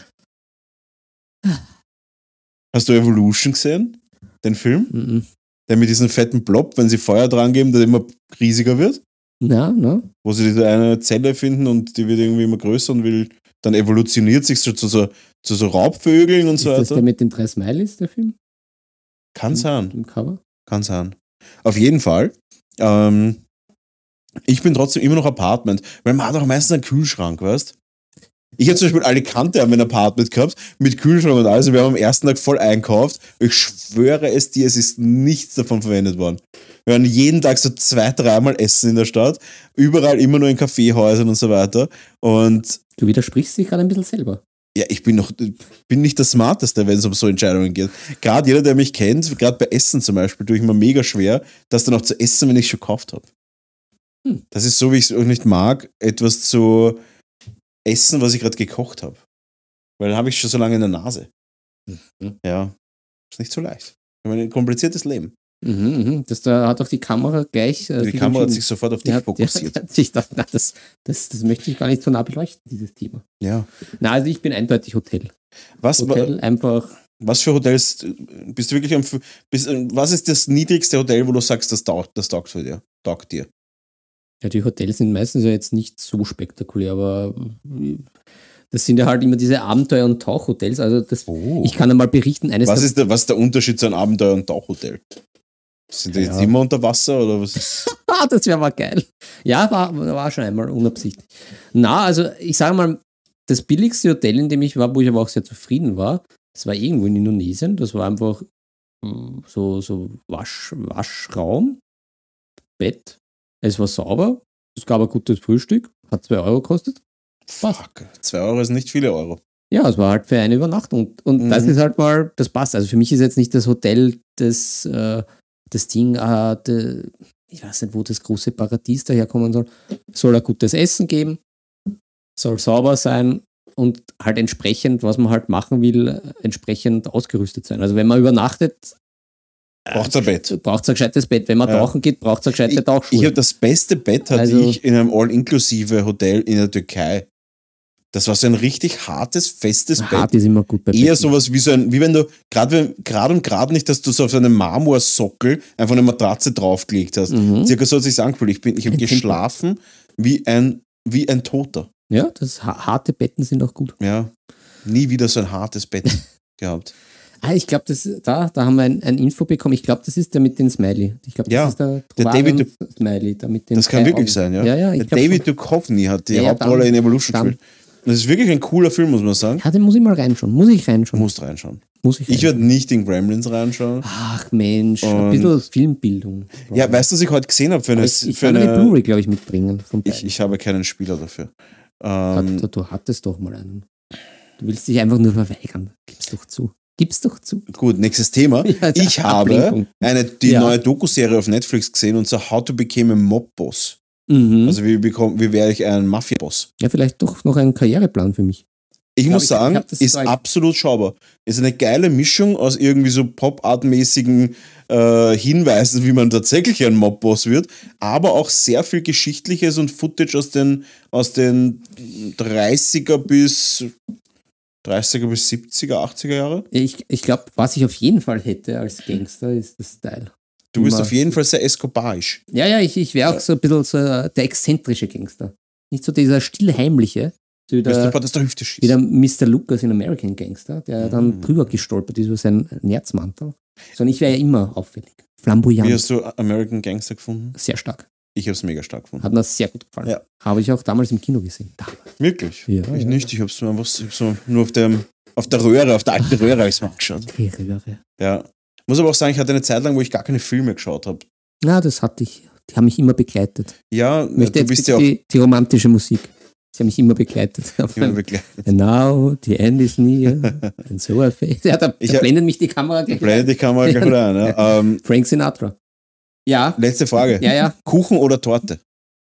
Hast du Evolution gesehen? Den Film? Mhm. Der mit diesem fetten Blob, wenn sie Feuer dran geben, der immer riesiger wird. Ja. Wo sie diese eine Zelle finden und die wird irgendwie immer größer und dann evolutioniert sich so zu so Raubvögeln und so weiter. Ist das der mit den 3 Smileys, der Film? Kann sein. Im Cover? Kann sein. Auf jeden Fall. Ich bin trotzdem immer noch Apartment, weil man hat auch meistens einen Kühlschrank, weißt du? Ich habe zum Beispiel Alicante an mein Apartment gehabt, mit Kühlschrank und alles. Wir haben am ersten Tag voll einkauft. Ich schwöre es dir, es ist nichts davon verwendet worden. Wir waren jeden Tag so 2-3 Mal essen in der Stadt. Überall immer nur in Kaffeehäusern und so weiter. Und du widersprichst dich gerade ein bisschen selber. Ja, ich bin nicht der Smarteste, wenn es um so Entscheidungen geht. Gerade jeder, der mich kennt, gerade bei Essen zum Beispiel, tue ich mir mega schwer, das dann auch zu essen, wenn ich es schon gekauft habe. Das ist so, wie ich es auch nicht mag, etwas zu essen, was ich gerade gekocht habe. Weil dann habe ich schon so lange in der Nase. Ja, ist nicht so leicht. Ich habe ein kompliziertes Leben. Da hat auch die Kamera gleich. Die Kamera hat sich sofort auf dich fokussiert. Das möchte ich gar nicht so nah beleuchten, dieses Thema. Ja. Also ich bin eindeutig Hotel. Hotel einfach Was für Hotels bist du wirklich was ist das niedrigste Hotel, wo du sagst, das taugt für dir? Taugt dir? Ja, die Hotels sind meistens ja jetzt nicht so spektakulär, aber das sind ja halt immer diese Abenteuer- und Tauchhotels. Also ich kann einmal berichten, was ist der Unterschied zu einem Abenteuer- und Tauchhotel? Sind die jetzt immer unter Wasser oder was ist? Das wäre mal geil. Ja, war schon einmal unabsichtlich. Na, also ich sage mal, das billigste Hotel, in dem ich war, wo ich aber auch sehr zufrieden war, das war irgendwo in Indonesien. Das war einfach so Waschraum, Bett. Es war sauber. Es gab ein gutes Frühstück. Hat 2 Euro gekostet. Fuck, 2 Euro ist nicht viele Euro. Ja, es war halt für eine Übernachtung. Und das ist halt mal, das passt. Also für mich ist jetzt nicht das Hotel das Ding, ich weiß nicht, wo das große Paradies daherkommen soll. Soll ein gutes Essen geben, soll sauber sein und halt entsprechend, was man halt machen will, entsprechend ausgerüstet sein. Also wenn man übernachtet, braucht es ein Bett. Braucht es ein gescheites Bett. Wenn man tauchen geht, braucht es ein gescheites Tauchschuhe. Ich habe das beste Bett hatte ich in einem All-Inklusive-Hotel in der Türkei. Das war so ein richtig hartes, festes Bett. Hart ist immer gut bei Eher Betten. sowas wie wenn du, gerade nicht, dass du so auf einem Marmorsockel einfach eine Matratze draufgelegt hast. Circa so hat es sich angefühlt. Ich habe geschlafen wie ein Toter. Ja, harte Betten sind auch gut. Ja, nie wieder so ein hartes Bett gehabt. Ich glaube, da haben wir ein Info bekommen. Ich glaube, das ist der mit den Smiley. Ich glaube, das ist der David Smiley. Das kann wirklich sein, ja. Der David Duchovny hat die Hauptrolle in Evolution gespielt. Das ist wirklich ein cooler Film, muss man sagen. Ja, den muss ich mal reinschauen. Muss ich reinschauen? Musst reinschauen. Ich werde nicht in Gremlins reinschauen. Ach Mensch, ein bisschen Filmbildung. Ja, weißt du, was ich heute gesehen habe? Ich kann eine Blu-ray, glaube ich, mitbringen. Ich habe keinen Spieler dafür. Du hattest doch mal einen. Du willst dich einfach nur verweigern. Gib's doch zu. Gut, nächstes Thema. Ja, ich habe die neue Doku-Serie auf Netflix gesehen und so How to Become a Mob-Boss. Also wie wäre ich ein Mafia-Boss? Ja, vielleicht doch noch ein Karriereplan für mich. Ich muss sagen, ist absolut schaubar. Ist eine geile Mischung aus irgendwie so Pop-Art-mäßigen Hinweisen, wie man tatsächlich ein Mob-Boss wird, aber auch sehr viel Geschichtliches und Footage aus den 30er bis 70er, 80er Jahre. Ich glaube, was ich auf jeden Fall hätte als Gangster, ist das Style. Du bist auf jeden Fall sehr escobarisch. Ja, ich wäre auch so ein bisschen so der exzentrische Gangster. Nicht so dieser stillheimliche. So wie der Mr. Lucas in American Gangster, der dann drüber gestolpert ist über seinen Nerzmantel. Sondern ich wäre ja immer auffällig. Flamboyant. Wie hast du American Gangster gefunden? Sehr stark. Ich habe es mega stark gefunden. Hat mir sehr gut gefallen. Ja. Habe ich auch damals im Kino gesehen. Wirklich? Ja, ich nicht. Ich habe es nur auf der Röhre, auf der alten Röhre habe ich es mal angeschaut. Die Röhre. Ja. Muss aber auch sagen, ich hatte eine Zeit lang, wo ich gar keine Filme geschaut habe. Ja, das hatte ich. Die haben mich immer begleitet. Ja, du bist ja auch die romantische Musik. Sie haben mich immer begleitet. Immer begleitet. And now, the end is near. And so I face. Ja, da blendet mich die Kamera gleich. Blendet die Kamera gleich wieder ein. Ja. Frank Sinatra. Ja. Letzte Frage. Ja. Kuchen oder Torte?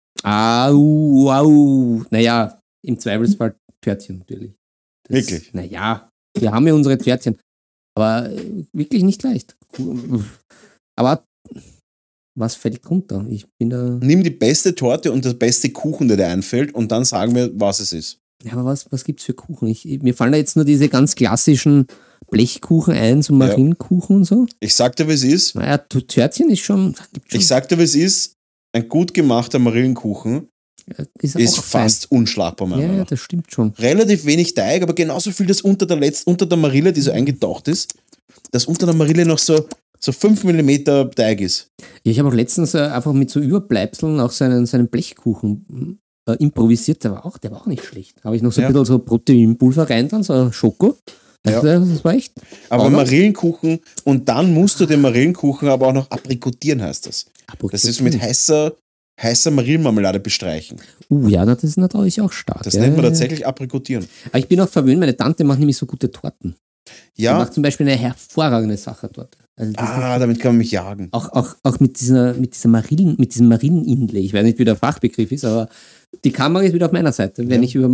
Naja, im Zweifelsfall Törtchen natürlich. Wirklich? Naja, wir haben ja unsere Törtchen. Aber wirklich nicht leicht. Aber was fällt runter? Nimm die beste Torte und das beste Kuchen, der dir einfällt, und dann sagen wir, was es ist. Ja, aber was gibt es für Kuchen? Mir fallen da jetzt nur diese ganz klassischen Blechkuchen ein, so Marienkuchen und so. Ich sag dir, wie es ist. Naja, Törtchen ist schon. Ich sag dir, wie es ist. Ein gut gemachter Marillenkuchen ist fast unschlagbar, meiner Meinung nach. Ja, das stimmt schon. Relativ wenig Teig, aber genauso viel, das unter der Marille, die so eingetaucht ist, dass unter der Marille noch so 5 mm Teig ist. Ja, ich habe auch letztens einfach mit so Überbleibseln auch seinen Blechkuchen improvisiert. Der war auch nicht schlecht. Habe ich noch so ein bisschen so Proteinpulver rein, dann so Schoko. Das war echt. Aber Marillenkuchen, und dann musst du den Marillenkuchen aber auch noch aprikotieren, heißt das. Das ist mit heißer Marillenmarmelade bestreichen. Ja, das ist natürlich auch stark. Das nennt man tatsächlich aprikotieren. Aber ich bin auch verwöhnt, meine Tante macht nämlich so gute Torten. Ja. Die macht zum Beispiel eine hervorragende Sachertorte. Also damit kann man mich jagen. Auch mit diesem Marilleninlay. Ich weiß nicht, wie der Fachbegriff ist, aber die Kamera ist wieder auf meiner Seite, wenn ich über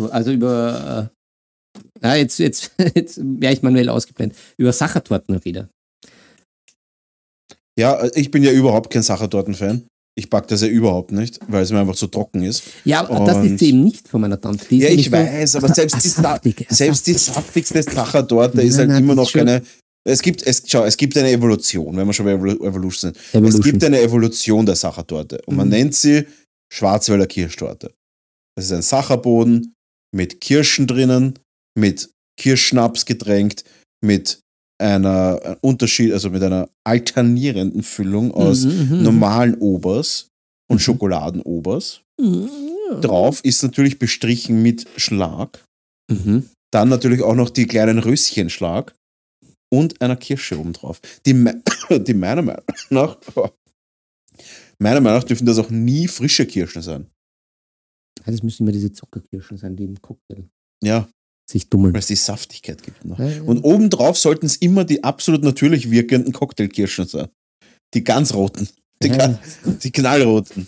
jetzt wäre ich manuell ausgeblendet, über Sachertorten rede. Ja, ich bin ja überhaupt kein Sachertorten-Fan. Ich back das ja überhaupt nicht, weil es mir einfach zu trocken ist. Ja, das ist eben nicht von meiner Tante. Ja, ich weiß, aber selbst die saftigste Sachertorte ist halt immer noch keine. Es gibt eine Evolution, wenn wir schon bei Evolution sind. Es gibt eine Evolution der Sachertorte und man nennt sie Schwarzwälder Kirschtorte. Das ist ein Sacherboden mit Kirschen drinnen, mit Kirschschnaps getränkt, mit einer mit einer alternierenden Füllung aus normalen Obers und Schokoladenobers. Drauf ist natürlich bestrichen mit Schlag. Dann natürlich auch noch die kleinen Röschenschlag und einer Kirsche obendrauf. Die meiner Meinung nach dürfen das auch nie frische Kirschen sein. Das müssen immer diese Zuckerkirschen sein, die im Cocktail sich dummeln. Weil es die Saftigkeit gibt noch. Ja. Und obendrauf sollten es immer die absolut natürlich wirkenden Cocktailkirschen sein. Die ganz roten. Die knallroten.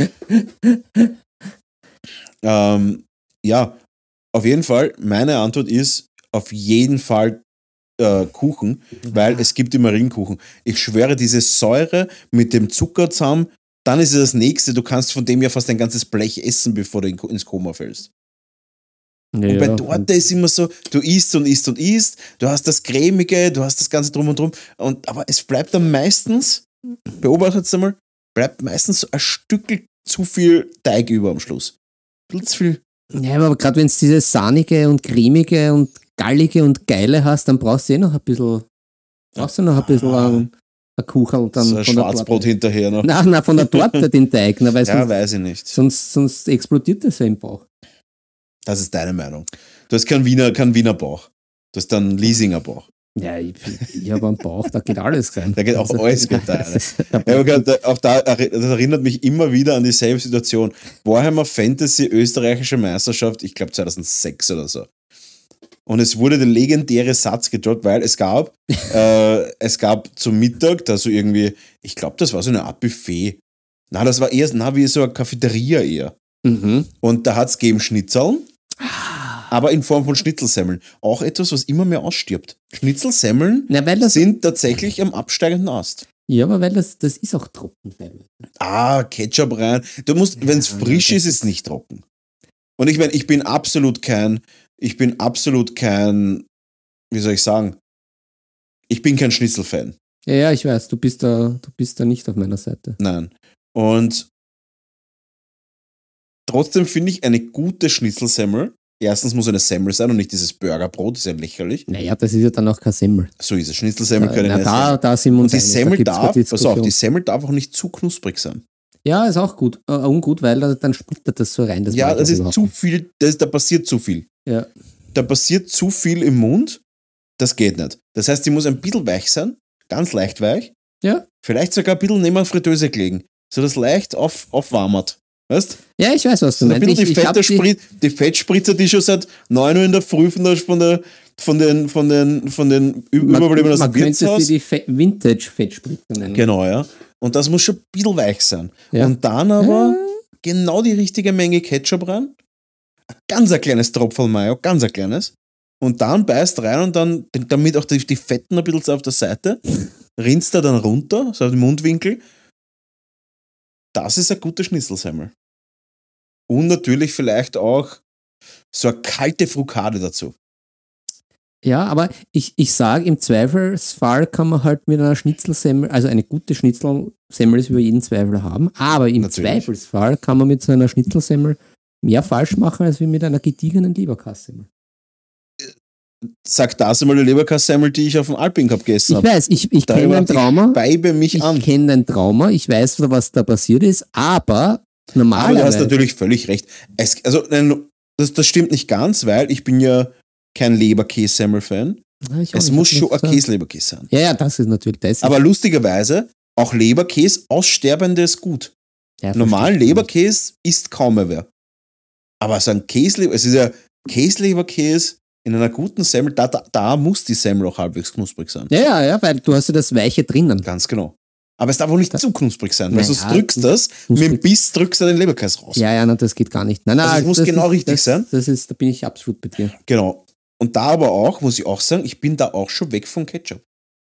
Auf jeden Fall, meine Antwort ist auf jeden Fall Kuchen, weil es gibt immer Ringkuchen. Ich schwöre, diese Säure mit dem Zucker zusammen, dann ist es das Nächste, du kannst von dem ja fast ein ganzes Blech essen, bevor du ins Koma fällst. Ja, und bei Torte ist immer so, du isst und isst und isst, du hast das Cremige, du hast das Ganze drum und drum, aber es bleibt dann meistens, beobachtet es einmal, bleibt meistens so ein Stück zu viel Teig über am Schluss. Ein bisschen zu viel. Ja, aber gerade wenn es dieses sahnige und cremige und gallige und geile hast, dann brauchst du noch ein bisschen, ein Kuchen. Dann so ein Schwarzbrot hinterher noch. Nein, von der Torte den Teig. Na, weil weiß ich nicht. Sonst explodiert das ja im Bauch. Das ist deine Meinung. Du hast keinen Wiener Bauch. Du hast dann Liesinger Bauch. Ja, ich habe einen Bauch, da geht alles rein. Da geht auch alles rein. Das erinnert mich immer wieder an dieselbe Situation. Warhammer Fantasy österreichische Meisterschaft, ich glaube 2006 oder so. Und es wurde der legendäre Satz gedroppt, weil es gab zum Mittag da so irgendwie, ich glaube, das war so eine Art Buffet. Das war eher wie so eine Cafeteria eher. Und da hat es gegeben Schnitzeln, aber in Form von Schnitzelsemmeln. Auch etwas, was immer mehr ausstirbt. Schnitzelsemmeln sind tatsächlich am absteigenden Ast. Ja, aber weil das ist auch trocken. Ketchup rein. Du musst, wenn es frisch ist, ist es nicht trocken. Und ich meine, ich bin absolut kein, wie soll ich sagen, ich bin kein Schnitzelfan. Ja, ich weiß, du bist da nicht auf meiner Seite. Nein. Und trotzdem finde ich eine gute Schnitzel-Semmel. Erstens muss eine Semmel sein und nicht dieses Burgerbrot, das ist ja lächerlich. Naja, das ist ja dann auch keine Semmel. So ist es. Schnitzel-Semmel können nicht sein. Da sind wir uns einig. Die Semmel darf auch nicht zu knusprig sein. Ja, ist auch gut. Ungut, weil dann splittert das so rein. Das ist zu viel, da passiert zu viel. Ja. Da passiert zu viel im Mund, das geht nicht. Das heißt, die muss ein bisschen weich sein, ganz leicht weich. Ja. Vielleicht sogar ein bisschen neben eine Fritteuse gelegen, so dass leicht aufwarmert. Weißt? Ja, ich weiß, was du meinst. Die Fettspritzer, die schon seit 9 Uhr in der Früh von den Überlebenden aus dem Wirtshaus. Man könnte sie die Vintage-Fettspritzer nennen. Genau, ja. Und das muss schon ein bisschen weich sein. Ja. Und dann aber genau die richtige Menge Ketchup rein. Ein kleines Tropfen Mayo, ganz ein kleines. Und dann beißt rein und dann, damit auch die Fetten ein bisschen auf der Seite, rinst er dann runter, so auf den Mundwinkel. Das ist eine gute Schnitzelsemmel. Und natürlich vielleicht auch so eine kalte Frukade dazu. Ja, aber ich sage, im Zweifelsfall kann man halt mit einer Schnitzelsemmel, also eine gute Schnitzelsemmel ist über jeden Zweifel haben, aber im Zweifelsfall kann man mit so einer Schnitzelsemmel mehr falsch machen, als wie mit einer gediegenen Leberkassemmel. Sag das einmal die Leberkassemmel, die ich auf dem Alpin Cup gegessen habe. Ich weiß, ich kenne dein Trauma. Ich kenne dein Trauma, ich weiß, was da passiert ist, aber normalerweise... Aber du hast natürlich völlig recht. Das stimmt nicht ganz, weil ich bin ja kein Leberkässemmel-Fan. Es muss schon ein Käseleberkäse sein. Ja, das ist natürlich das. Aber lustigerweise, auch Leberkäse, aussterbendes Gut. Ja, normalen Leberkäse isst kaum mehr wer. Aber so ein es ist ja Käseleberkäse in einer guten Semmel, da muss die Semmel auch halbwegs knusprig sein. Ja, weil du hast ja das Weiche drinnen. Ganz genau. Aber es darf auch nicht zu knusprig sein, weil sonst drückst du das, mit dem Biss drückst du den Leberkäse raus. Ja, das geht gar nicht. Nein, das muss genau richtig sein. Da bin ich absolut bei dir. Genau. Und da aber auch, muss ich auch sagen, ich bin da auch schon weg vom Ketchup.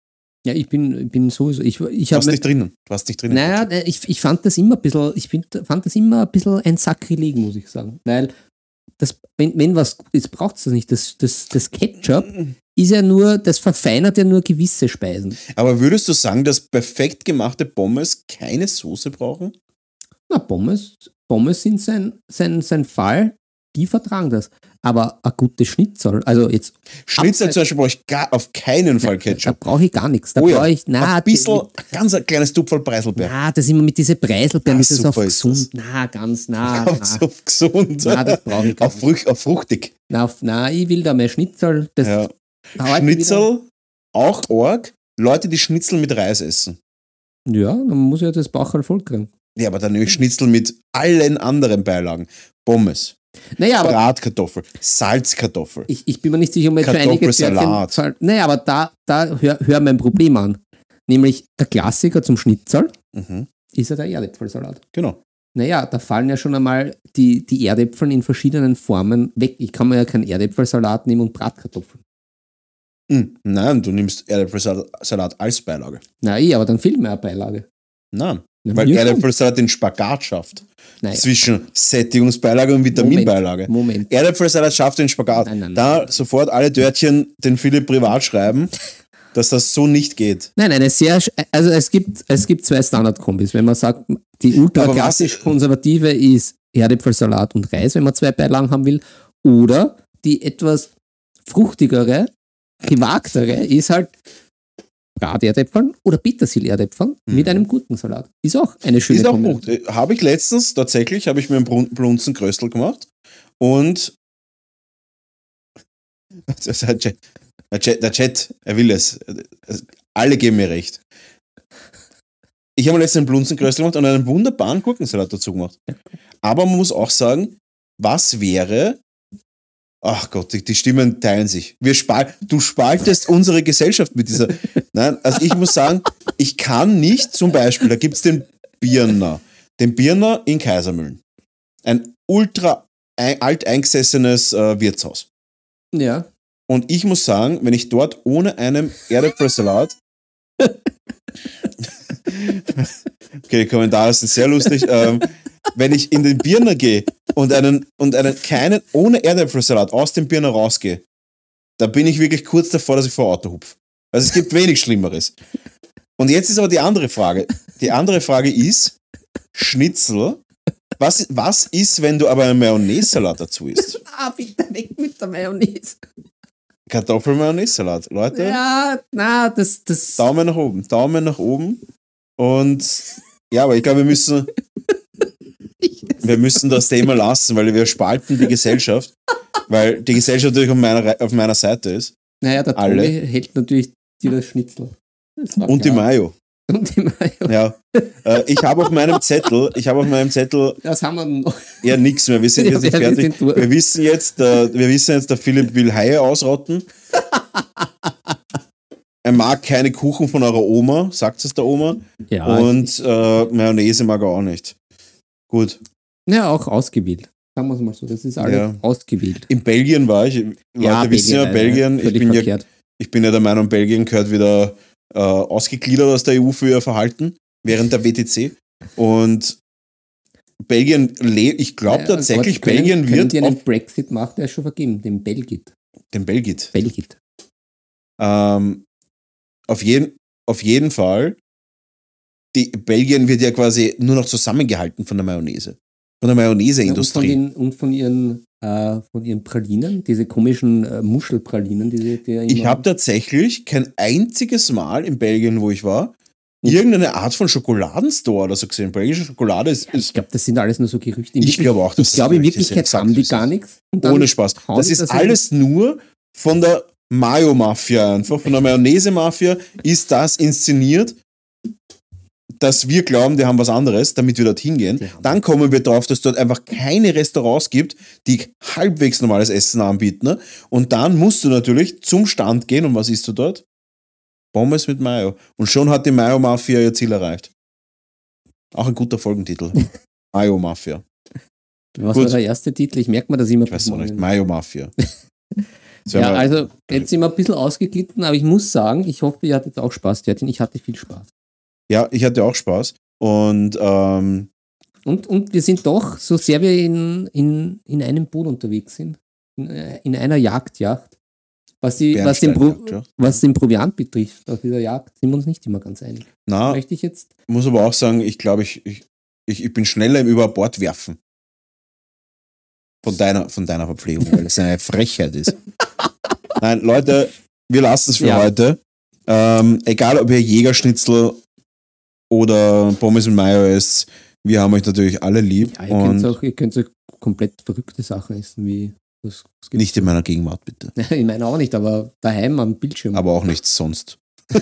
Ja, ich bin sowieso. Ich Du warst nicht drinnen. Naja, ich fand das immer ein bisschen, fand das immer ein bisschen ein Sakrileg, muss ich sagen. Weil wenn was gut ist, braucht es das nicht. Das Ketchup ist ja nur, das verfeinert ja nur gewisse Speisen. Aber würdest du sagen, dass perfekt gemachte Pommes keine Soße brauchen? Na, Pommes sind sein Fall, die vertragen das. Aber ein gutes Schnitzel, also jetzt. Schnitzel zum Beispiel brauche ich auf keinen Fall Ketchup. Da brauche ich gar nichts. Da brauche ich, ein bisschen, ganz ein kleines Tupferl Preiselbeer. Na, das immer mit diesen Preiselbeeren, ist das auf gesund. Ganz auf gesund. Na, das brauche ich gar nicht. Auf fruchtig. Na, ich will da mehr Schnitzel. Schnitzel, auch arg. Leute, die Schnitzel mit Reis essen. Ja, dann muss ich ja das Baucherl voll kriegen. Ja, aber dann nehme ich Schnitzel mit allen anderen Beilagen. Pommes, Bratkartoffel, Salzkartoffel. Ich bin mir nicht sicher, ob jetzt schon einige Kartoffelsalat. Naja, aber da hör mein Problem an. Nämlich der Klassiker zum Schnitzel ist ja der Erdäpfelsalat. Genau. Naja, da fallen ja schon einmal die Erdäpfel in verschiedenen Formen weg. Ich kann mir ja keinen Erdäpfelsalat nehmen und Bratkartoffeln. Nein, du nimmst Erdäpfelsalat als Beilage. Nein, aber dann fehlt mir eine Beilage. Nein, weil Erdäpfelsalat den Spagat schafft. Nein. Zwischen Sättigungsbeilage und Vitaminbeilage. Moment. Erdäpfelsalat schafft den Spagat. Nein. Sofort alle Dörtchen den Philipp privat schreiben, dass das so nicht geht. Nein, es gibt zwei Standardkombis. Wenn man sagt, die ultra-klassisch konservative ist Erdäpfelsalat und Reis, wenn man zwei Beilagen haben will. Oder die etwas fruchtigere, gewagtere ist halt Braterdäpfeln oder Petersil-Erdäpfeln mit einem Gurkensalat. Ist auch eine schöne Kombination. Habe ich letztens tatsächlich, mir einen Blunzenkröstel gemacht und der Chat, er will es. Alle geben mir recht. Ich habe mir letztens einen Blunzenkröstel gemacht und einen wunderbaren Gurkensalat dazu gemacht. Aber man muss auch sagen, was wäre... Ach Gott, die Stimmen teilen sich. Du spaltest unsere Gesellschaft mit dieser... Nein, also ich muss sagen, ich kann nicht, zum Beispiel, da gibt es den Birner in Kaisermühlen. Ein ultra alteingesessenes Wirtshaus. Ja. Und ich muss sagen, wenn ich dort ohne einen Erdäpfelsalat... Okay, die Kommentare sind sehr lustig. Wenn ich in den Birner gehe und einen keinen ohne Erdäpfelsalat aus dem Birner rausgehe, da bin ich wirklich kurz davor, dass ich vor Auto hupfe. Also es gibt wenig Schlimmeres. Und jetzt ist aber die andere Frage. Die andere Frage ist, Schnitzel, was ist, wenn du aber einen Mayonnaise-Salat dazu isst? Bitte weg mit der Mayonnaise. Kartoffel-Mayonnaise-Salat, Leute. Ja, das... Daumen nach oben. Und ja, aber ich glaube, wir müssen das Thema lassen, weil wir spalten die Gesellschaft, weil die Gesellschaft natürlich auf meiner Seite ist. Naja, der Tommy hält natürlich dir das Schnitzel. Und die Mayo. Ja. Ich habe auf meinem Zettel. Was haben wir denn noch? Ja, nichts mehr. Wir sind jetzt nicht fertig. Wir wissen jetzt, der Philipp will Haie ausrotten. Er mag keine Kuchen von eurer Oma, sagt es der Oma. Ja, und Mayonnaise mag er auch nicht. Gut. Ja, auch ausgewählt. Sagen wir es mal so, das ist alles ausgewählt. In Belgien war ich. Leute wissen ja, Belgien, ich bin ja der Meinung, Belgien gehört wieder ausgegliedert aus der EU für ihr Verhalten während der WTC. Und Belgien, ich glaube tatsächlich, Belgien wird... Wenn einen Brexit macht, der ist schon vergeben, den Belgit. Auf jeden Fall, Belgien wird ja quasi nur noch zusammengehalten von der Mayonnaise. Von der Mayonnaise-Industrie. Und von ihren Pralinen, diese komischen Muschelpralinen. Ich habe tatsächlich kein einziges Mal in Belgien, wo ich war, irgendeine Art von Schokoladenstore oder so gesehen. Belgische Schokolade ist... Ich glaube, das sind alles nur so Gerüchte. Ich glaube auch. Ich glaube, in Wirklichkeit haben die gar nichts. Ohne Spaß. Das ist alles nur von der Mayo-Mafia einfach, von der Mayonnaise-Mafia ist das inszeniert, dass wir glauben, die haben was anderes, damit wir dorthin gehen. Dann kommen wir drauf, dass es dort einfach keine Restaurants gibt, die halbwegs normales Essen anbieten. Ne? Und dann musst du natürlich zum Stand gehen und was isst du dort? Pommes mit Mayo. Und schon hat die Mayo-Mafia ihr Ziel erreicht. Auch ein guter Folgentitel. Mayo-Mafia. Was war der erste Titel? Ich merke mir das immer. Ich weiß auch nicht. Mayo-Mafia. Ja, also jetzt sind wir ein bisschen ausgeglitten, aber ich muss sagen, ich hoffe, ihr hattet auch Spaß, Tertin. Ich hatte viel Spaß. Ja, ich hatte auch Spaß. Und wir sind doch, so sehr wir in einem Boot unterwegs sind, in einer Jagdjacht, was den Proviant betrifft, auf dieser Jagd, sind wir uns nicht immer ganz einig. Na, möchte ich jetzt. Muss aber auch sagen, ich glaube, ich bin schneller im Überbord werfen. Von deiner Verpflegung, weil es eine Frechheit ist. Nein, Leute, wir lassen es für heute. Egal, ob ihr Jägerschnitzel oder Pommes und Mayo esst, wir haben euch natürlich alle lieb. Ja, ihr könnt auch komplett verrückte Sachen essen, wie das nicht in meiner Gegenwart, bitte. In meiner auch nicht, aber daheim am Bildschirm. Aber auch nichts sonst.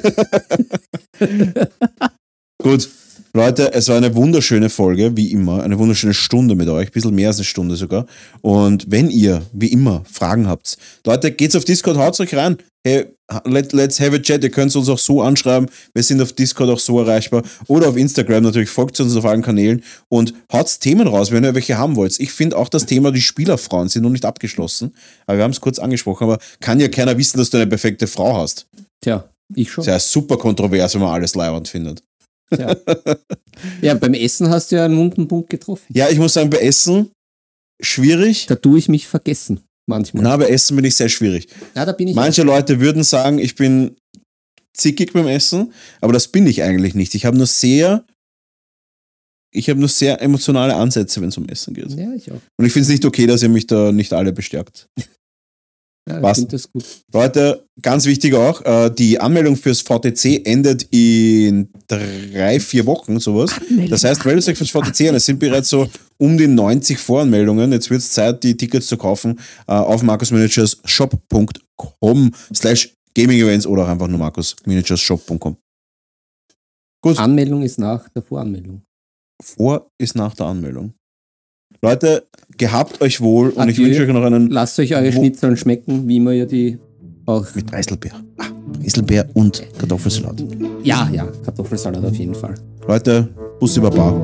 Gut, Leute, es war eine wunderschöne Folge, wie immer. Eine wunderschöne Stunde mit euch. Ein bisschen mehr als eine Stunde sogar. Und wenn ihr, wie immer, Fragen habt, Leute, geht's auf Discord, haut euch rein. Hey, let's have a chat. Ihr könnt uns auch so anschreiben. Wir sind auf Discord auch so erreichbar. Oder auf Instagram natürlich. Folgt uns auf allen Kanälen. Und haut Themen raus, wenn ihr welche haben wollt. Ich finde auch das Thema, die Spielerfrauen sind noch nicht abgeschlossen. Aber wir haben es kurz angesprochen. Aber kann ja keiner wissen, dass du eine perfekte Frau hast. Tja, ich schon. Das ist ja super kontrovers, wenn man alles leiwand findet. Ja. Ja, beim Essen hast du ja einen wunden Punkt getroffen. Ja, ich muss sagen, bei Essen schwierig. Da tue ich mich vergessen, manchmal. Na, bei Essen bin ich sehr schwierig. Ja, da bin ich Manche Leute würden sagen, ich bin zickig beim Essen, aber das bin ich eigentlich nicht. Ich habe nur sehr emotionale Ansätze, wenn es um Essen geht. Ja, ich auch. Und ich finde es nicht okay, dass ihr mich da nicht alle bestärkt. Ja, ich finde das gut. Leute, ganz wichtig auch, die Anmeldung fürs VTC endet in 3-4 Wochen, sowas. Das heißt, meldet euch fürs VTC an. Es sind bereits so um die 90 Voranmeldungen. Jetzt wird es Zeit, die Tickets zu kaufen auf markusmanagersshop.com/gaming-events oder auch einfach nur markusmanagersshop.com. Gut. Anmeldung ist nach der Voranmeldung. Vor ist nach der Anmeldung. Leute, gehabt euch wohl und Adieu. Ich wünsche euch noch einen... Lasst euch eure Schnitzeln schmecken, wie immer ihr die auch... Mit Preiselbeer. Preiselbeer und Kartoffelsalat. Ja, Kartoffelsalat auf jeden Fall. Leute, Bus über Bar.